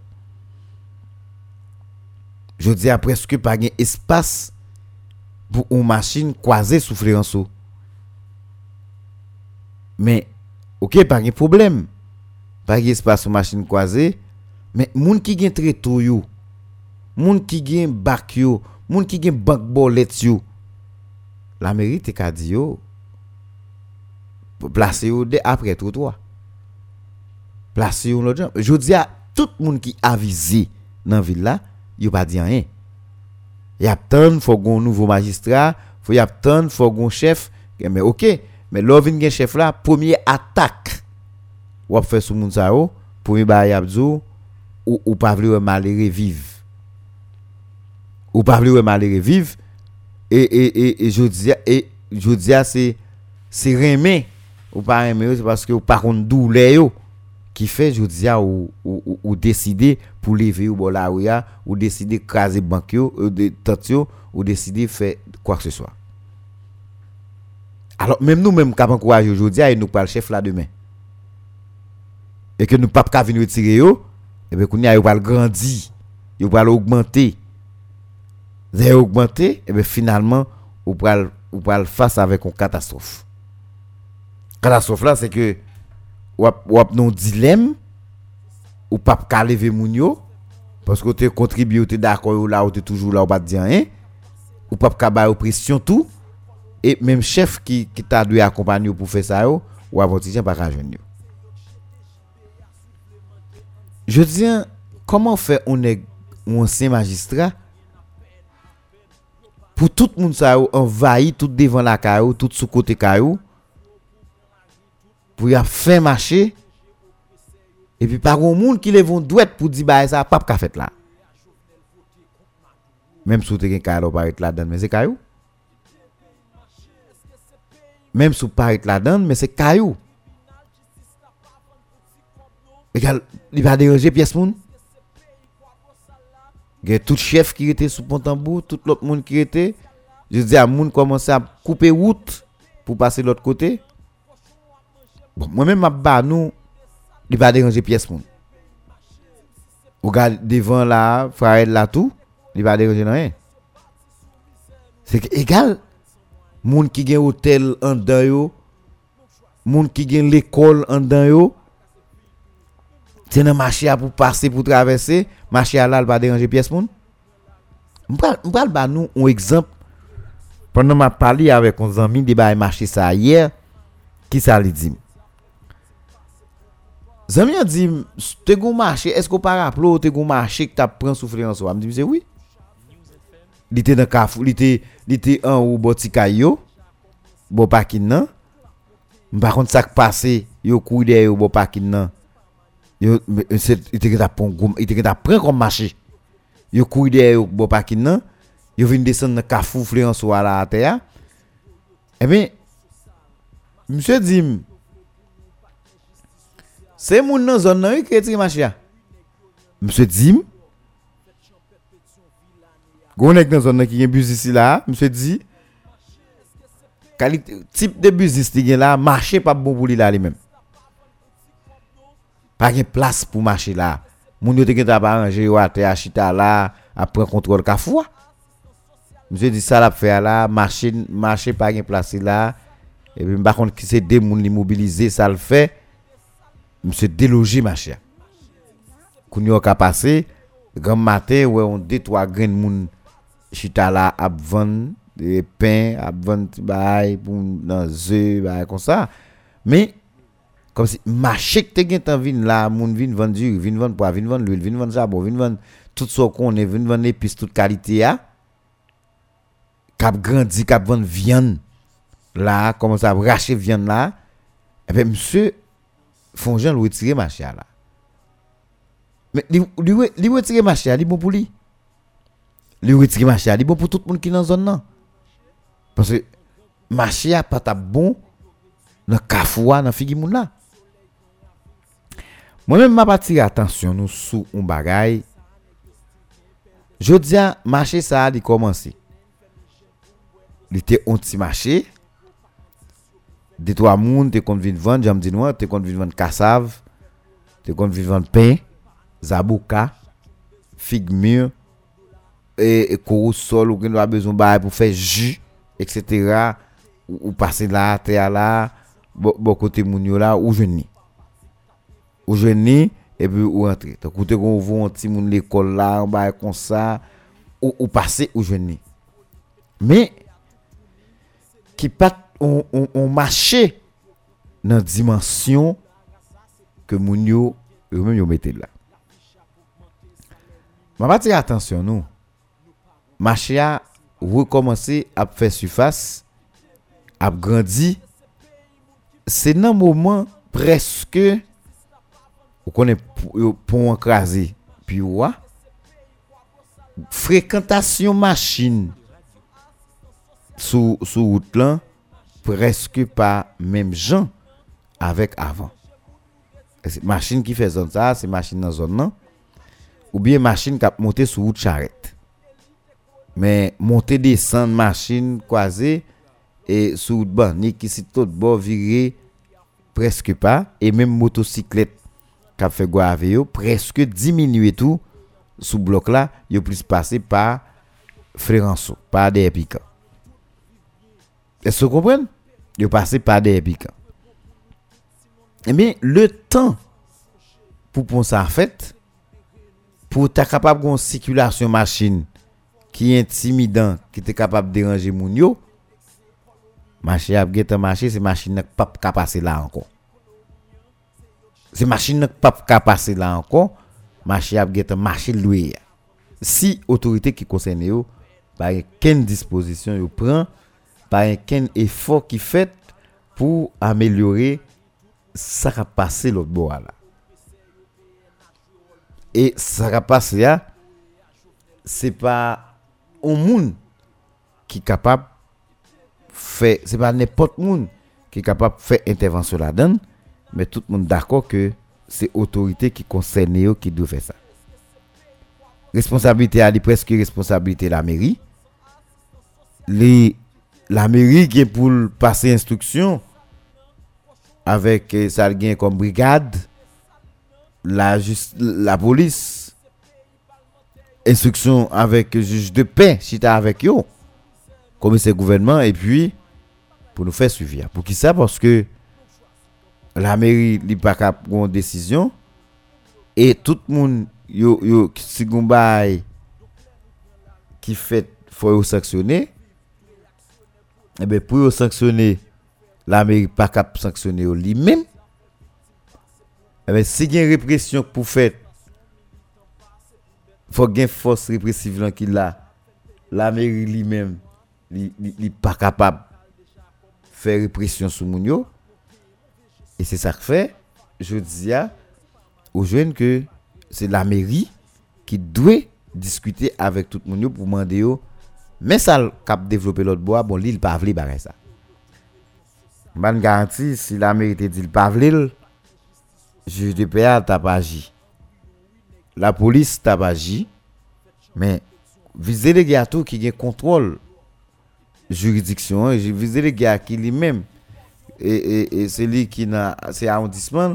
Je dis à presque pas gain espace pour une machine croisée sous Fléranceau. Mais OK, pas de problème. Pas gain espace pour machine croisée, mais moun qui gain tréteau yo, moun qui gain bac yo, moun qui gain banque bolette yo. La mairie te ka di yo placer au après trottoir. Placer au l'autre. Je dis à tout le monde qui avisé dans ville là, il pas dit rien. Il y a tant faut gon nouveau magistrat, faut y a tant faut gon chef, mais OK, mais là vinn gen chef là, premier attaque. Ou a fait sous moun sa yo, premier ba y a dou ou pas vle malheureux vivre. Ou pas vle malheureux vivre et je dis c'est remet ou pas aimer c'est parce que ou par contre douleur yo qui fait je dis ou décider pour lever ou la ouya ou décider craser banque yo de tantio ou décider faire quoi que ce soit. Alors même nous même cap encourager aujourd'hui et nous pas le chef là demain et que nous pas ka venir retirer yo et ben kounya yo va grandir yo va augmenter et ben finalement ou va face avec une catastrophe. Catastrophe là c'est que ou non dilemme ou pas ka lever moun yo parce que tu contribué tu d'accord là ou tu toujours là ou pas dire rien ou pas ka ba pression tout et même chef qui t'a dû accompagner pour faire ça yo ou avantage pas ka joindre. Je dis comment faire on est un ancien magistrat pour tout le monde ça envahi tout devant la caillou tout sous côté caillou pour y a fait marcher et puis par un monde qui lève douette pour dire bah ça pas ka fait là même sous te gen caillou pas être là dedans mais c'est caillou même sous pas être là dedans mais c'est caillou égal il va déranger pièce moun il y a tout chef qui était sous Pont-Tambour, tout l'autre monde qui était. Je dis à moun commencer à couper route pour passer de l'autre côté. Bon, moi-même m'a nous il va déranger pièce moun. Regarde devant là, frère là tout, il va déranger rien. C'est égal moun qui gen hôtel en dedans yo, moun qui gen l'école en dedans yo. C'est un marché pour passer pour traverser, marché là il va déranger pièce moun. M'pral ba nous un exemple pendant m'a parlé avec un ami débat marché ça hier qui ça li dit. Zami a dit te gon marché est-ce qu'on pas rappelé te gon marché que t'a prend souffler en soi. Me dit c'est oui. Il était dans Carrefour, il était en ou botikay yo. Bon parking nan. Par contre ça qui passé yo courir derrière bon parking nan. Yo il était prend comme marché. Yo courir derrière bon parking nan. Yo vinn descendre dans Carrefour Fléance ou à terre. Eh bien monsieur dit c'est moun nan zone nan qui retire marché. Monsieur dit gon ek dans zone qui gen bus ici là, monsieur dit qualité type de business qui gen là marché pas bon pour lui là lui-même. Pas de place pour marcher là. Moun yo te gen t'a arranger yo à chita là à prendre contrôle Carrefour. Monsieur dit ça l'a faire là, marché pas de place là et puis par contre qui c'est des moun li mobiliser ça le fait. Monsieur déloger marché. Koun yo ka passer grand matin ouais on 2-3 grain moun chita là à vendre des pain, à vendre bail pour dans œufs bail comme ça. Mais comme si marché que te gen vinn là moun vinn vendre du, vinn vendre poivre, vinn vendre l'huile, vinn vendre sabon, vinn vendre tout ce qu'on est, vinn vendre épices toute qualité a cap grandi, cap vendre viande là, comment ça racheter viande là. Et ben monsieur font gens le retirer marché là. Mais li retirer marché, li bon pour lui. Li retirer marché, li bon pour tout le monde qui dans zone là. Parce que marché a pas ta bon dans Carrefour dans figi moun là. Moi même m'a pas tiré attention nous sous un bagay. Jodi a marché ça a commencé. Il était un petit marché. Des trois moun te kon vinn vendre jam di noir, te kon vinn vendre cassave, te kon vinn vendre pain, zabouka, figue mûre et corosol ou gen a besoin bail pour faire jus etc. ou passer là terre là bon côté moun yo là ou jeuni et puis ou rentrer donc côté qu'on voit un petit moun l'école là bail comme ça ou passer ou jeuni mais qui pas on marché dans dimension que moun yo même yo mettait là. M'a pas dire attention nous. Marché a recommencer à faire surface, à grandir. C'est dans moment presque on connaît pour écraser puis ouais fréquentation machine sous route là presque pas même gens avec avant. C'est machine qui fait zone ça, c'est machine dans zone là ou bien machine qui a monté sur route charrette. Mais monter descendre machine croisée et sur route banique qui si tout bord virer presque pas et même motocyclette qui a fait grave yo presque diminuer tout sous bloc là, yo plus passer par Fréranceau, par des piquants. Est-ce que vous comprenez? Yo passer par des piquants. Eh bien, le temps pour prendre ça en fait, pour être capable d'une circulation machine qui est intimidant, qui est capable de déranger moun yo, machine a gete marché, c'est machine n'a pas capable passer là encore. C'est machine n'a pas capable passer là encore, machine a gete marché loué. Si autorité qui concerne yo, par quelle disposition yo prend, par quel effort qui fait pour améliorer ça va passer l'autre bord là. Et ça va passer là, c'est pas un monde qui est capable faire, c'est pas n'importe monde qui est capable faire intervention là-dedans, mais tout le monde d'accord que c'est autorité qui concerne eux qui doit faire ça. Responsabilité à presque responsabilité de la mairie. La mairie qui est pour passer instruction avec ça gain comme brigade, la police, instruction avec juge de paix, chita avec yo, commissaire gouvernement et puis pour nous faire suivi. Pour qui ça? Parce que la mairie li pas cap prendre décision et tout le monde yo si gombay qui fait faut sanctionner. Et ben pour sanctionner la mairie pas cap sanctionner lui-même. Et ben si il y a une répression pour faire faut gain force répressive là qui la mairie lui-même li pas capable faire répression sur moun yo. Et c'est ça que fait je dis aux jeunes que c'est la mairie qui doit discuter avec tout le monde pour demander yo mais ça cap développer l'autre bois bon l'île pas vle bagay ça. Ban garantie si la mairie te dit pas vle juge de paix t'a pas agi. La police t'a pas agi mais viser les gars tout qui gain contrôle juridiction, j'ai visé les gars qui lui-même et c'est lui qui n'a c'est arrondissement.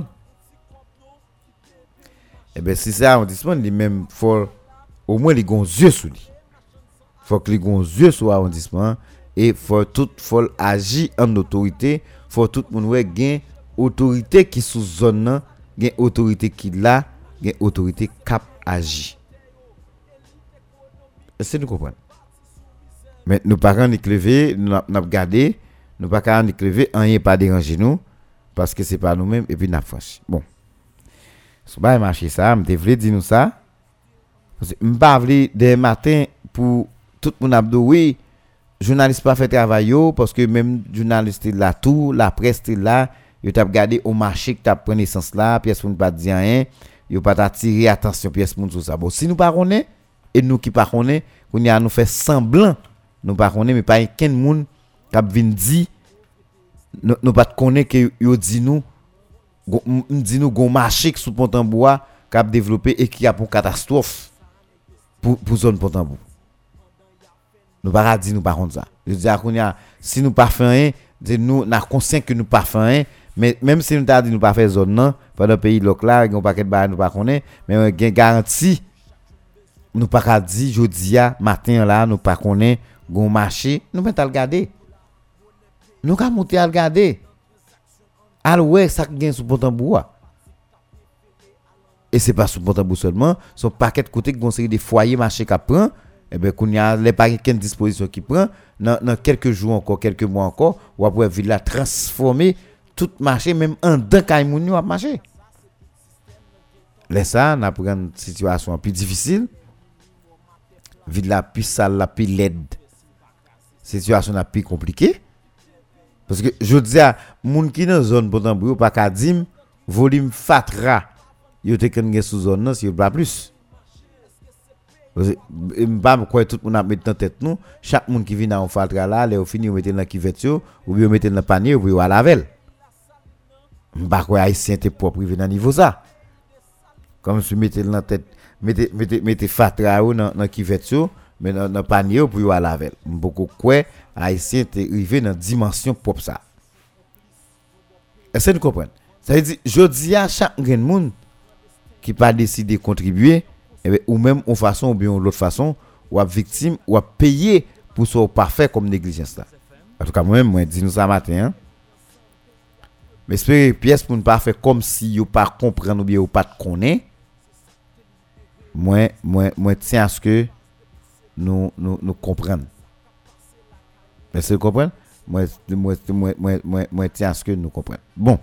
Et ben si c'est arrondissement lui-même faut au moins les gon yeux sur lui. Faut que les gon yeux sur arrondissement et faut agir en autorité, faut tout monde ouais gain autorité qui sous zone nan, gain autorité qui là, gain autorité cap agir. Est-ce que vous comprenez? Mais nous pas quand lever, nous regarder, nous pas quand lever, rien pas déranger nous parce que c'est pas nous-mêmes et puis n'a franchi. Bon. C'est pas marché ça, me devait dire nous ça. Parce que m'pas vle des matin pour tout le monde abdou oui, journaliste pas fait travail yo parce que même journaliste là tout, la presse là, yo t'a regarder au marché que t'a prendre naissance là, pièce pour ne pas dire rien, yo pas attirer attention pièce moun sur ça. Bon, si nous pas connaît et nous qui pas connaît, on y a nous fait semblant nous pas connaît mais pas aucun monde qui vinn dit nous pas connaît que yo dit nous gon marché sous Pont-en-Bois qui a développé et qui a pour catastrophe pour zone Pont-en-Bois. Nous pas dire nous par contre ça. Je dis à Kounia si nous pas fait rien, nous n'a conscient que nous pas fait rien, mais même si nous t'a dit nous pas faire zone non, pendant pays local là, gon paquet ba nous pas connaît, mais gain garantie nous pas dire jodi a matin là nous pas connaît gon marché, nous pas le regarder. Nous ka monter à regarder. Alors ouais ça gain sous Pont-en-Bois. Et c'est pas sous Pont-en-Bois seulement, son paquet de côté gon série des foyers marché qu'a prend, et ben qu'on y a les pas quelle disposition qui prend dans quelques jours encore, quelques mois encore, ou après ville la transformer tout marché même en dedans kay moun yo a marché. Laisse ça n'a prend une situation plus difficile. Ville la plus sale, la plus laide. Situation la plus compliquée. Parce que je dis à moun qui dans zone Pont-en-Bois pas ka dim volume fatra yo te ken gen sous zone non si pas plus. M'pa quoi tout moun a mettre dans tête nous chaque moun qui vient dans fatra là les fini mettre dans cuvette ou bien mettre dans panier ou bien à lavel. M'pa quoi haïtien te propre privé dans niveau ça. Comme si mettre dans tête mettez fatra ou dans cuvette mais dans panier pour à lavel. Beaucoup quoi haïtien te arrivé dans dimension propre ça. Est-ce que vous comprenez? Ça veut dire jodi a chaque grand monde qui pas décider contribuer ou même en façon ou bien l'autre façon ou à victime ou à payer pour ce pas fait comme négligence là. En tout cas moi dis nous ça matin hein. Mais espérer pièce pour ne pas faire comme si yo pas comprendre ou bien ou pas connaît. Moi tiens à ce que nous comprendre. Est-ce que vous comprenez? Moi tiens à ce que nous comprenions. Bon.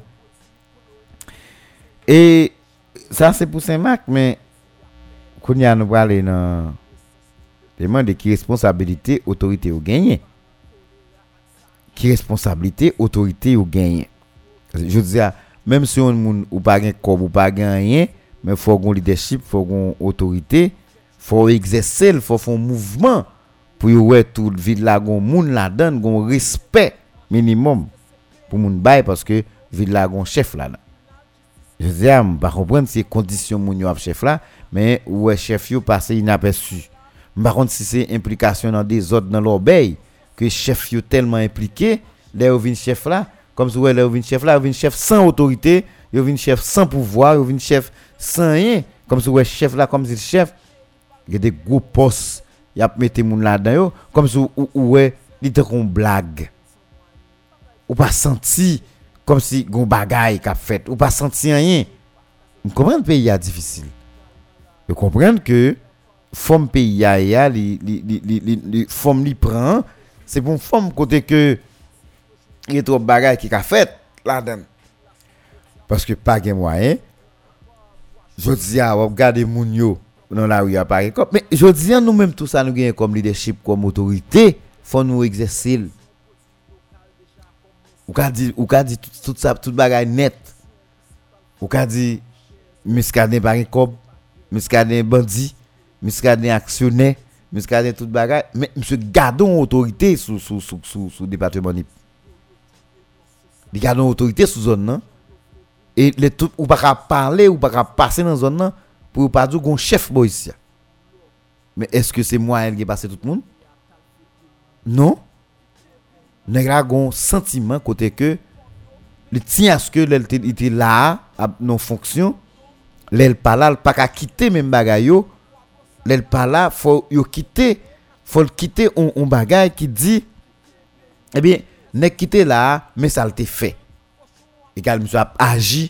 Et ça c'est pour Saint-Marc, mais qu'on y a nous parler dans demande qui responsabilité autorité ou gagner. Qui responsabilité autorité ou gagner. Je dis même si on ou pas gain corps ou pas gain rien, mais faut gon leadership, faut gon autorité, faut exercer, faut faire un mouvement pour ouais tout ville là gon moun la donne gon respect minimum pour moun bail parce que ville là gon chef là. Je dis pas comprendre si condition moun yo chef là mais ouais chef yo passer inaperçu. Par contre si c'est implication dans des ordres dans l'obéi que chef yo tellement impliqué, là vinn chef là comme si ouais là vinn chef sans autorité, yo vinn chef sans pouvoir, yo vinn chef sans rien comme si ouais chef là comme si chef il y a des gros postes y a mettre moun là-dedans comme si ouais il te kon blague ou pas senti comme si gon bagaille qu'a fait ou pas senti rien. Vous comprenez le pays est difficile. Vous comprenez que forme pays a li forme li prend c'est pour forme côté que il y a trop bagaille qui qu'a fait là-dedans parce que pas gen moyen. Je dis à regarder moun yo dans la rue à Paris mais je dis nous même tout ça nous gagne comme leadership comme autorité faut nous exercer ou ka dit tout ça toute bagaille net ou ka dit muscadin Paris comme muscadin bandit muscadin actionnaire muscadin toute bagaille mais monsieur gardons autorité sous département ni gardons autorité sous zone non et les tout ou pas parler ou pas passer dans zone non pour pas dire gon chef boy ici. Mais est-ce que c'est moi qui passe tout le monde? Non. nèg la gon sentiment côté que le tient à ce que l'elle était là à non fonction, l'elle pas là, pas qu'à quitter même bagay yo, l'elle pas là, faut le quitter on bagay qui dit eh bien nèg quitter là mais ça le fait. Égal monsieur a agi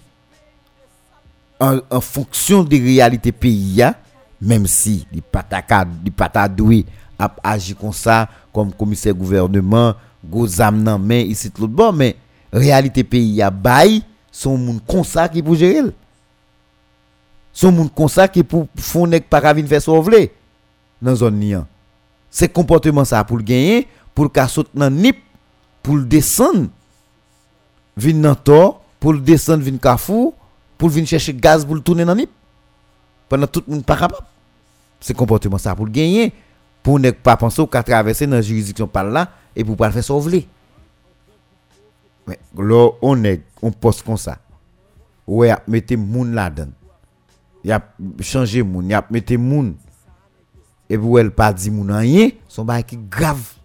en fonction des réalités pays ya, même si il pas doué a agi comme ça comme commissaire gouvernement gros âme nan mais ici l'autre bord mais réalité pays ya bail son monde comme ça qui pour gérer son monde comme ça qui pour font nèg pas ka vinn faire sauver dans zone ni c'est comportement ça pour gagner pour ka saute dans nip pour descendre vinn dans tor pour descendre vinn Carrefour pour venir chercher gaz pour tourner dans nip pendant tout le monde pas capable c'est comportement ça pour gagner pour ne pas penser qu'à traverser dans juridiction par là et pour pas le faire sauver mais là on poste comme ça ouais a mettre moun là-dedans y a changer moun y a mettre moun et puis elle pas dit moun rien son bail qui grave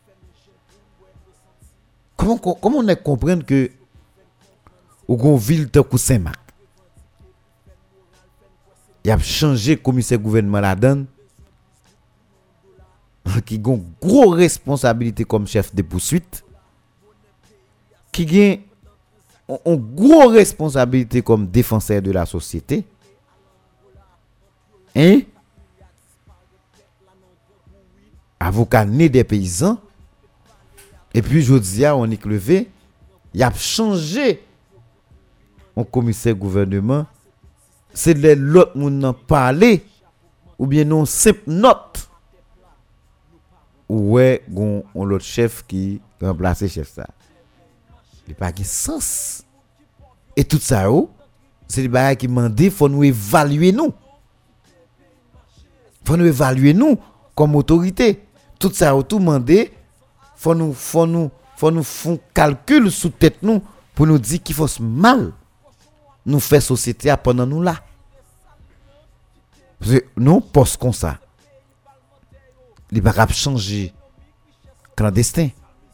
comment on est comprendre que ou gon ville tant que Saint-Marc y a changé commissaire gouvernement là-dedans qui a une grosse responsabilité comme chef de poursuite qui a une grosse responsabilité comme défenseur de la société hein avocat né des paysans et puis jodi a on est levé y a changé un commissaire gouvernement c'est l'autre moun nan parler ou bien non simple note ouais gon on l'autre chef qui remplacer chef ça il pas de sens et tout ça c'est des bagages qui mandé faut nous évaluer nous comme autorité tout ça tout mandé faut nous font calcul sous tête nous pour nous dire qu'il faut mal nous faire société pendant nous là parce que nous poste comme ça il pas capable changer clandestin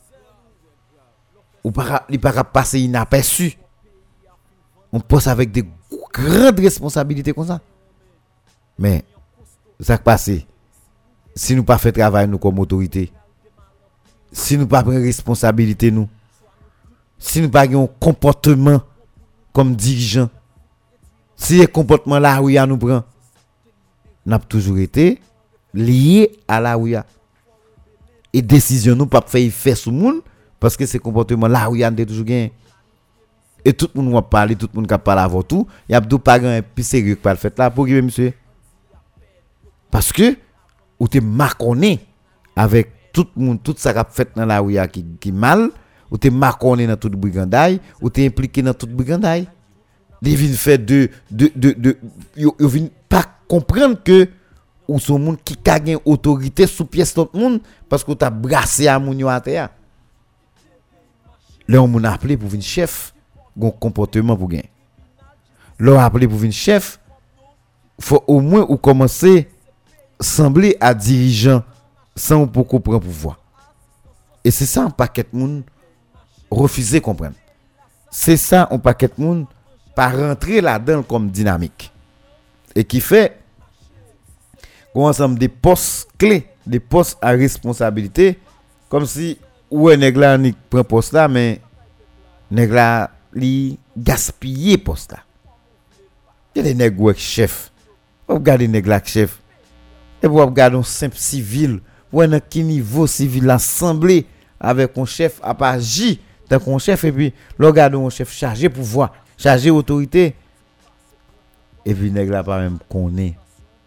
ou pas il pas capable passer inaperçu on poste avec des grandes responsabilités comme ça mais ça passé si nous pas fait travail nous comme autorité si nous pas prendre responsabilité nous si nous pas un comportement comme dirigeant si le comportement là où nous prend n'a toujours été lié à la ouya et décision nous pas faire effet sur monde parce que ce comportement là où il toujours gagné et tout le monde va parler tout le monde qui parle avant tout il y a pas grand plus sérieux que pas le fait là pour qui monsieur parce que ou t'es marconné avec tout le monde tout ça qu'a fait dans la ouya qui mal ou t'es marconné dans toute brigandaille ou t'es impliqué dans toute brigandaille les vinn fait yo vinn pas comprendre que ou son monde qui a gagne autorité sous pièce l'autre monde parce que t'as brassé à moun yo à terre là on moun appelé pour venir chef gon comportement pour gain là appelé pour venir chef faut au moins ou commencer sembler à dirigeant sans beaucoup prendre pouvoir et c'est ça un paquet moun refuser comprendre c'est ça un paquet moun pas rentrer là-dedans comme dynamique et qui fait qu'on ensemble des postes clés des postes à responsabilité comme si ouais nèg la ni prend poste là mais nèg la li gaspiller poste là il y a des nèg ou chef on regarde nèg la chef et vous regardez un simple civil ouais dans quel niveau civil assemblé avec un chef à pas agir tant qu'on chef et puis regarde un chef chargé pouvoir chargé autorité et puis nèg la pas même connaît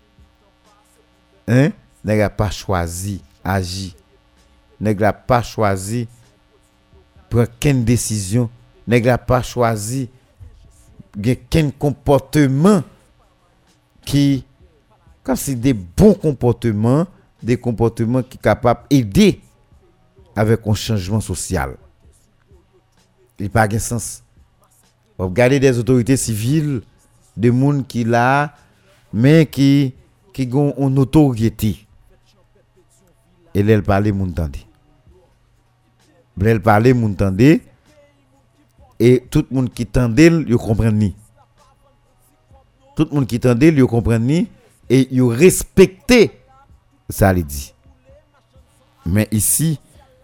hein nèg la pas choisi agir nèg la pas choisi prendre quelle décision nèg la pas choisi quel comportement qui comme si des bons comportements des comportements qui capable aider avec un changement social il pas de sens vous regardez des autorités civiles des monde qui là mais qui ont une autorité et elle parler moun tande Blel parler moun tande et tout le monde qui tande yo comprend ni. Tout le monde qui tande yo comprend ni et yo respecter ça li dit. Mais ici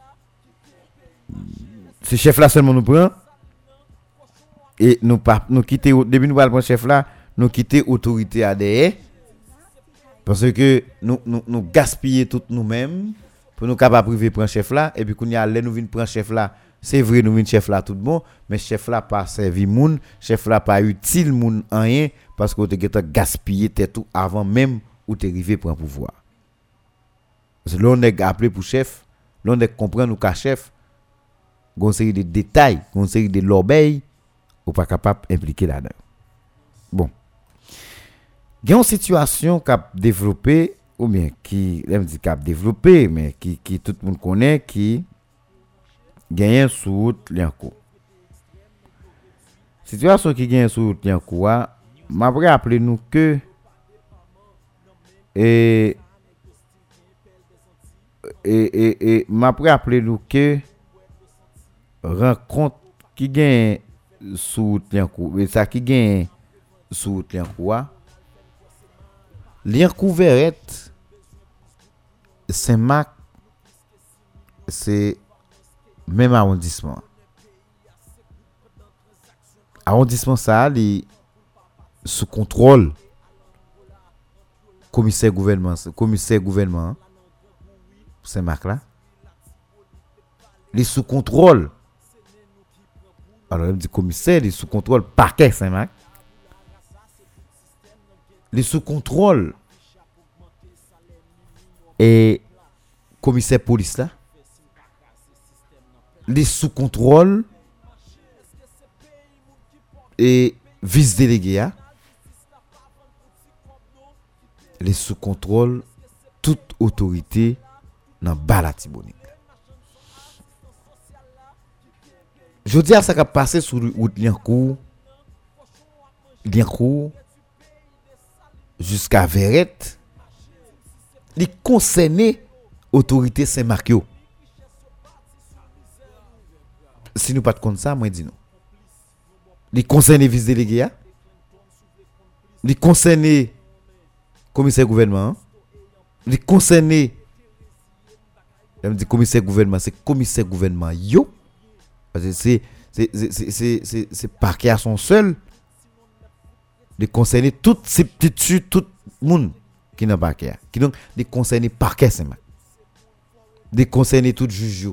ce chef là seulement nous prend et nous quitter depuis nous prendre chef là nous quitter autorité à derrière parce que nous gaspiller tout nous-mêmes pour nous capable priver prendre chef là et puis qu'on y a nous vinn prendre chef là c'est vrai nous vinn chef là tout bon mais chef là pas servi moun chef là pas utile moun en rien parce que tu as gaspillé tout avant même ou tu arrivé prendre pouvoir parce que l'on est appelé pour chef l'on est comprendre nous ka chef gon série de détails gon série de l'obéi ou pas capable impliquer là-dedans. Bon. Il y a une situation qui a développé ou bien qui l'aime dit qui a développé mais qui tout le monde connaît qui gagne sur route Liancourt. Situation qui gagne sur route Liancourt, m'a rappelé nous que et m'a rappelé nous que rencontre qui gagne sous Liancourt et ça qui gagne sous Liancourt Verrette Saint-Marc c'est même arrondissement ça li sous contrôle commissaire gouvernement Saint-Marc là li sous contrôle. Alors, il dit commissaire, il est sous contrôle parquet Saint-Marc. Il est sous contrôle et commissaire police là. Il est sous contrôle et vice-délégué là. Il est sous contrôle toute autorité dans Balatibonite. Je dis à ça qui a passé sur route Liancourt jusqu'à Verrette, il concernait autorité Saint-Marc. Si nous pas de compte ça, moi dis non. Il concernait vice-délégué, il concernait commissaire gouvernement, il concernait commissaire gouvernement, c'est commissaire gouvernement yo. Parce que c'est parquet à son seul de concerner toutes ces petites tout le monde qui n'a parquet qui donc de concerner parquet c'est mal de concerner tout juge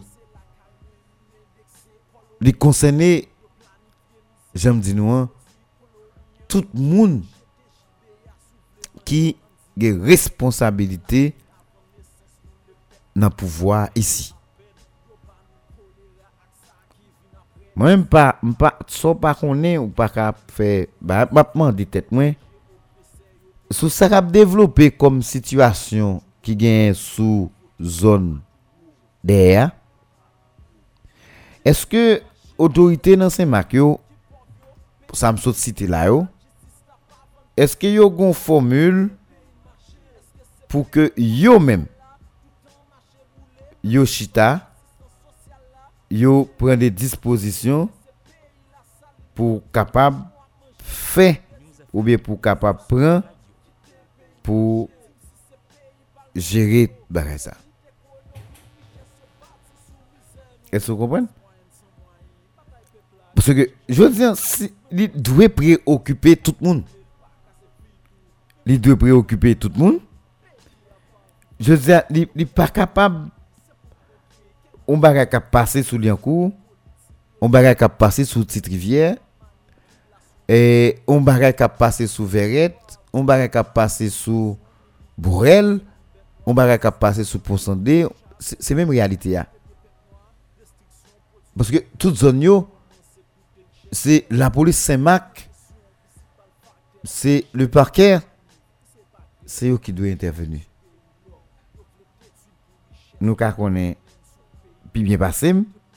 de concerner j'aime dire nous tout le monde qui a responsabilité dans le pouvoir ici. Moi-même pas so pas connaît ou pas cap faire m'a demander tête moi sous ça cap développer comme situation qui gagne sous zone d'air. Est-ce que autorité dans Saint-Marc yo ça me saute cité là yo est-ce que yo gon formule pour que yo même yo chita yo prend des dispositions pour capable faire ou bien pour capable prendre pour gérer bagay ça. Est-ce que vous comprenez? Parce que je veux dire si il doit préoccuper tout le monde. Il doit préoccuper tout le monde. Je veux dire il pas capable on bagay ka passer sous Liancourt, on bagay ka passer sous Petite Rivière et on bagay ka passer sous Verrette, on bagay ka passer sous Bourrel, on bagay ka passer sous Pont-Sandé, c'est même réalité là. Parce que toute zone yo c'est la police Saint-Marc, c'est le parquet, c'est eux qui doit intervenir. Nous ka connaît puis bien passé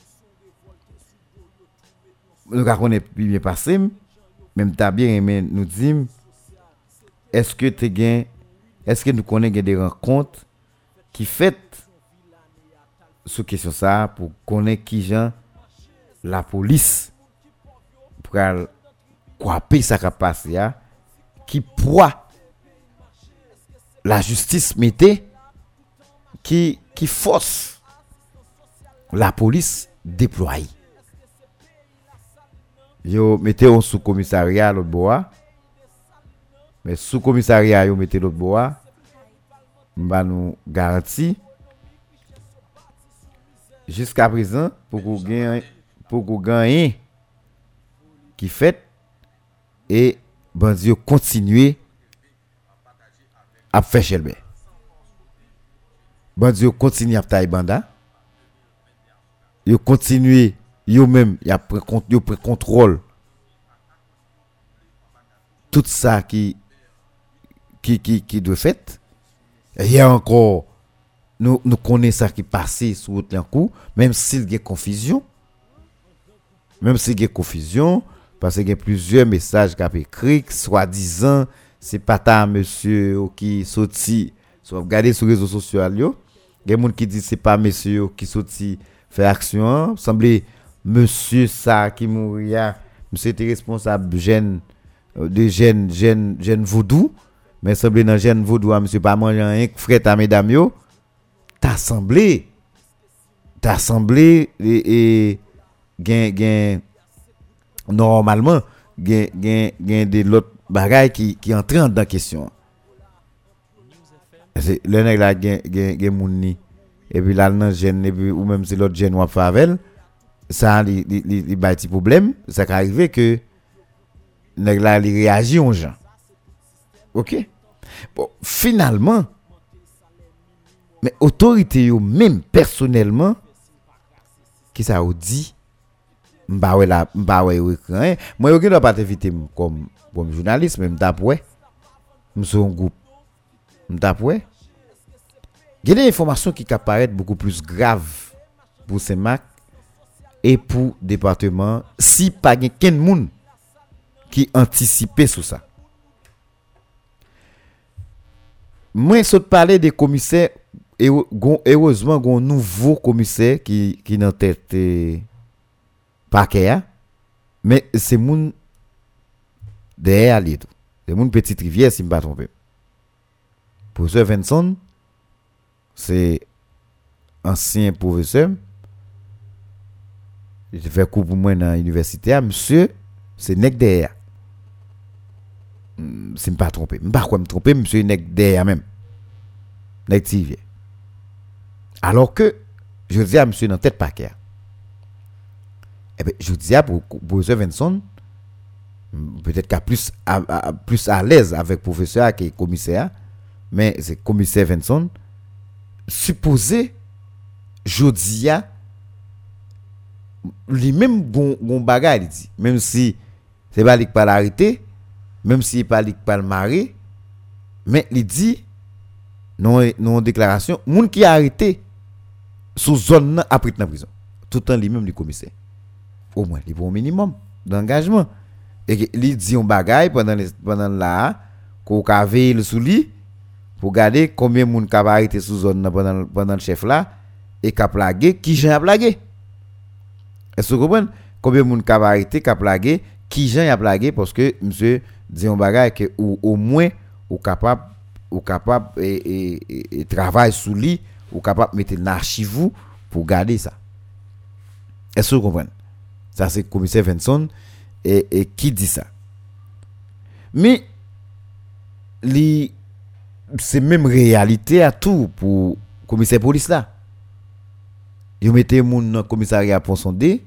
nous connaît puis bien passé même t'as bien aimé nous dire est-ce que nous connaît des rencontres qui fait sous question ça pour connaître qui gens la police pour couper ça qui passe là qui poids la justice mettait qui force la police déployer. Yo mettez un sous commissariat l'autre bois. Mais sous commissariat yo mettez l'autre bois. M'ba nous garantie jusqu'à présent pour qu'on gagne qui fait et bandi yo continuer à faire chelbe. Bandi yo continue à taille banda. Yo continue yo même y a prend contrôle tout ça qui doit fait. Il y a encore nous connaissons ça qui passé sur l'autre coup même s'il y a confusion parce qu'il y a plusieurs messages qui a écrit soi-disant c'est pas ta monsieur qui sorti soit regarder sur les réseaux sociaux yo il y a des gens qui disent c'est pas monsieur qui sorti faire action semblait monsieur ça qui mourir monsieur était responsable de jeune vaudou mais semblait dans jeune vaudou monsieur pas manger rien frère à mesdames yo t'as semblé et gain normalement gain de l'autre bagaille qui entrant dans question c'est le nèg là gain moun ni et puis là nan jeune et puis ou même c'est l'autre jeune ou favel ça li ba ti problème ça ka arriver que nèg là li réagit aux gens. OK bon finalement mais autorité yo même personnellement qui ça ou dit m'ba ouais écran moi yo qui doit pas t'inviter comme journaliste même d'après m'son groupe d'après il y a des informations qui apparaissent beaucoup plus graves pour Saint-Marc et pour département si pas quelqu'un monde qui anticipait sur ça. Moi saute parler des commissaires et heureusement gon nouveau commissaire qui dans tête parquet mais c'est moun derrière lui tout. C'est moun petite rivière si me pas tromper. Professeur Vincent c'est ancien professeur. Il fait cours pour moi dans l'université. Monsieur, c'est nèg derrière. Si me pas tromper. Me pas quoi me tromper, monsieur nèg derrière même. Nèg tivier. Alors que je dis à monsieur dans tête paquet. Eh ben je dis à pour professeur Vincent peut-être qu'à plus à l'aise avec professeur que commissaire, mais c'est commissaire Vincent supposé jodia lui-même gon bagay il dit même si c'est pas lui qui pas l'arrêter même si pas lui qui pas le marier mais il dit non déclaration moun qui arrêté sous zone après dans prison tout temps lui-même le commissaire au moins il faut un minimum d'engagement et il dit un bagay pendant là qu'on ka veiller sous lui pour regarder combien moun ka arrêté sous zone pendant le chef là et ka plaguer qui j'en a plagué. Est-ce que vous comprenez combien moun ka arrêté ka plaguer qui j'en a plagué parce que monsieur dit un bagay que au moins ou capable et travail sous lui ou capable mettre dans archive pour garder ça. Est-ce que vous comprenez ça c'est commissaire Vincent et qui dit ça mais c'est même réalité à tout pour commissaire police là. Yo mettez moun dans commissariat pour sonder.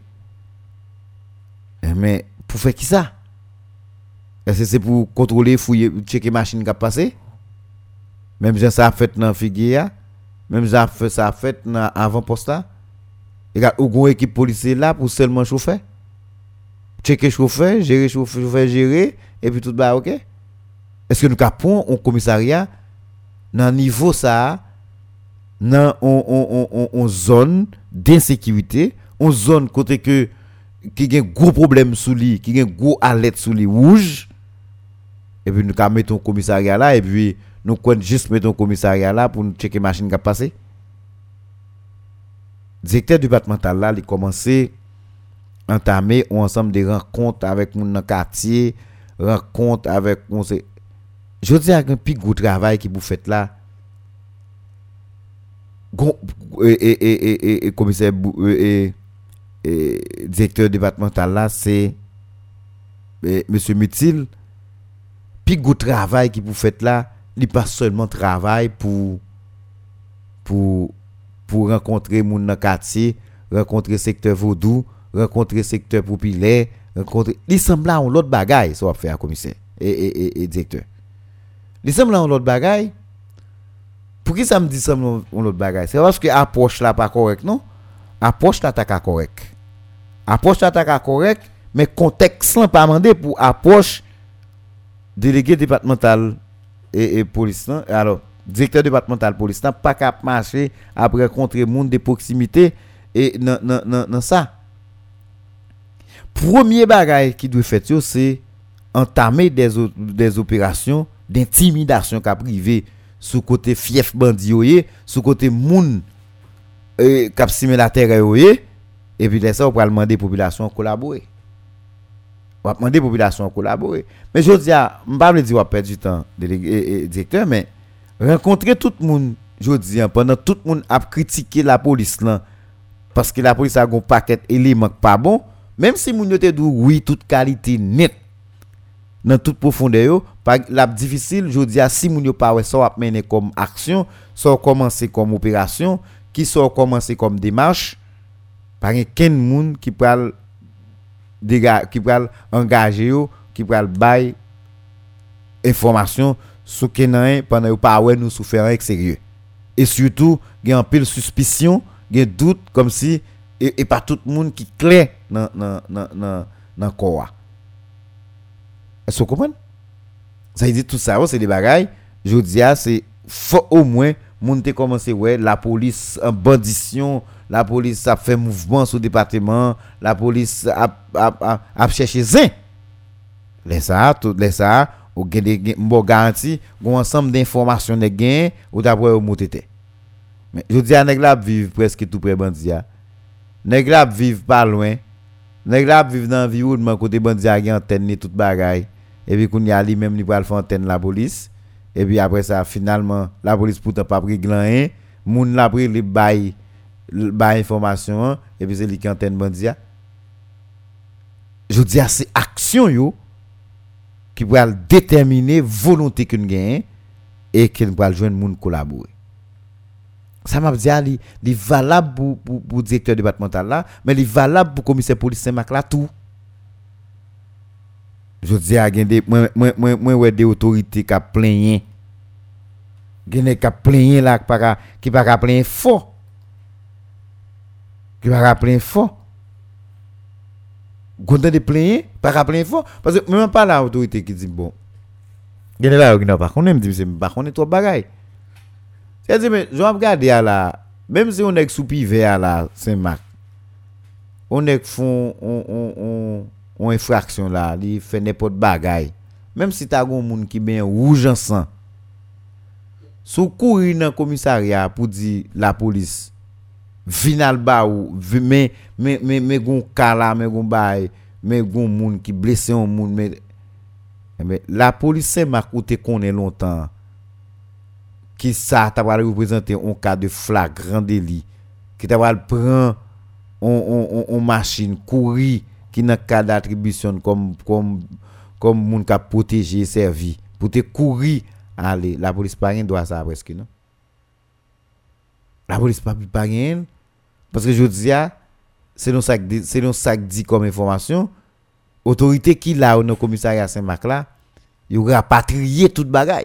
Mais pour faire qui ça? Est-ce que c'est pour contrôler, fouiller, checker machine qui a passé? Même gens ça a fait dans figuier, même ça a fait dans avant-poste là. Regarde ou une équipe policière là pour seulement chauffeur. Checker chauffeur, gérer et puis tout va OK? Est-ce que nous capons un commissariat dans niveau ça dans on zone d'insécurité, on zone côté que qui a un gros problème sous lui, qui a un gros alerte sous lui rouge et puis nous ca mettre un commissariat là et puis nous juste mettre un commissariat là pour nous checker machine qui a passé. directeur départemental là, il commencé entamer un ensemble de rencontres avec mon dans quartier, rencontres avec on sait je dis avec un plus gros travail qui vous faites là. Et commissaire et directeur départemental là c'est monsieur Mutil. Puis gros travail qui vous faites là, il pas seulement travail pour rencontrer moun dans quartier, rencontrer secteur Vaudou, rencontrer secteur populaire, rencontrer il semble là on l'autre bagaille ça va faire commissaire et directeur. Il semble là on l'autre bagaille. Pour qui ça me dit ça on l'autre bagaille? C'est parce que approche là pas correct non? Approche là ta correct. Approche là ta correct, mais contexte là pas mandé pour approche délégué départemental et police là. Alors directeur départemental police là pas capable marcher après rencontrer monde de proximité et dans ça. Premier bagaille qui doit faire c'est entamer des opérations d'intimidation qu'a privé sous côté fief bandi yoyé, sous côté moun cap simulateur yoyé et puis ça on va demander population collaborer. On va demander population collaborer. Mais je dis m'pa veut dire on perdre du temps directeur mais rencontrer tout le monde je dis pendant tout le monde a critiqué la police là parce que la police a un paquet éléments pas bon même si moun yo te dit oui toute qualité net dans toute profondeur yo pas la difficile je dis si moun yo pas ouais ça va mener comme action ça commencer comme opération qui ça commencer comme démarche pas ken moun qui pral engager yo qui pral bail information sur kenan pendant yo pas ouais nous souffrant sérieux et surtout il y a un peu de suspicion il y a doute comme si et pas tout le monde qui clair dans corps. Est-ce que vous comprenez? Ça veut dire tout ça c'est des bagailles je dis c'est faut au moins monde te commencer ouais la police en bandition la police a fait mouvement sur département la police a cherché zin les ça ou gain bon garantie un ensemble d'informations de gain ou d'après au motété mais je dis à nèg la vivre presque tout près bandia nèg la vivre pas loin nèg la vivre dans environnement côté bandia qui antenne toute bagaille et puis qu'on y a lui même li pral faire antenne la police et puis après ça finalement la police pourtant pas pris glan moun la pris li bail information et puis c'est lui qui antenne bandia je dis c'est action yo qui va déterminer volonté qu'on gagne et qu'on va joindre moun collaborer ça m'a dit il valable pour directeur départemental là mais il valable pour commissaire police Saint-Marc là tout je dis à gende moi ouais des autorités qui plaigné gene qui plaigné là qui pas plaigner fort qui pas plaigner fort content de plaigner pas plaigner fort parce que même pas la autorité qui dit bon gene là qui n'a pas connait me dit c'est pas connait trop bagaille c'est dire mais je regarder là même si on est sous pivet là Saint-Marc on est font on infraction là il fait n'importe bagaille même si t'as gon monde qui ben rouge en sang sous courir dans commissariat pour dire la police final ba ou mais gon cas là mais gon bail mais gon monde qui blessé un monde mais la police Saint-Marc ou te connaît longtemps qui ça t'a va représenter un cas de flagrant délit qui t'a va prendre on machine courir qui dans cas d'attribution comme moun ka protéger servi pour te courir aller la police pas rien doit ça presque non la police pas rien parce que je dis c'est non ça dit comme information autorité qui là au commissariat Saint-Marc là il aura rapatrier toute bagaille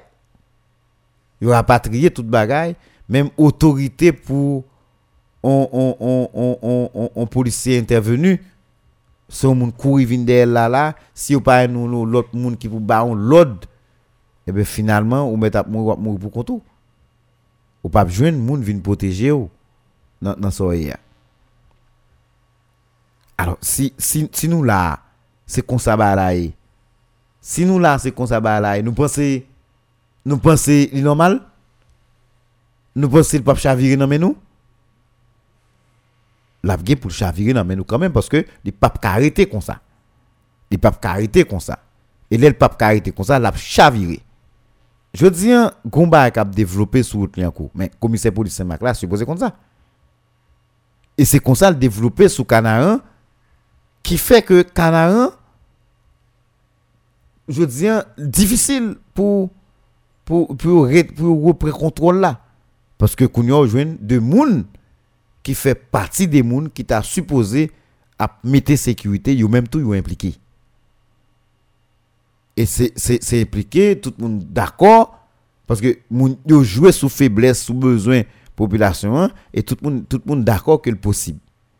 même autorité pour on policier intervenu son moun courir vinn derrière là si ou pas nous l'autre monde qui pour ba on l'ordre et ben finalement ou mettre mourir pour compte ou pas joindre moun vinn protéger ou dans soya. Alors si nous là c'est comme ça balaye si nous là c'est comme ça balaye nous penser il normal nous penser le pas chavirer non mais nous la vgue pour chavirer dans mais nous quand même parce que les papes arrêté comme ça. Les papes arrêté comme ça. Et les papes arrêté comme ça, l'a chaviré. Je dis un combat qui a développé sur route Liancourt, mais commissaire police Saint-Marc là supposé comme ça. Et c'est comme ça le développé sous Canaran qui fait que Canaran je dis difficile pour reprendre contrôle là parce que qu'on y a joindre de monde qui fait partie des monde qui t'a supposé à mettre sécurité yo même tout yo impliqué et c'est impliqué tout le monde d'accord parce que moun yo jouer sous faiblesse sous besoin population et tout le monde d'accord que le possible.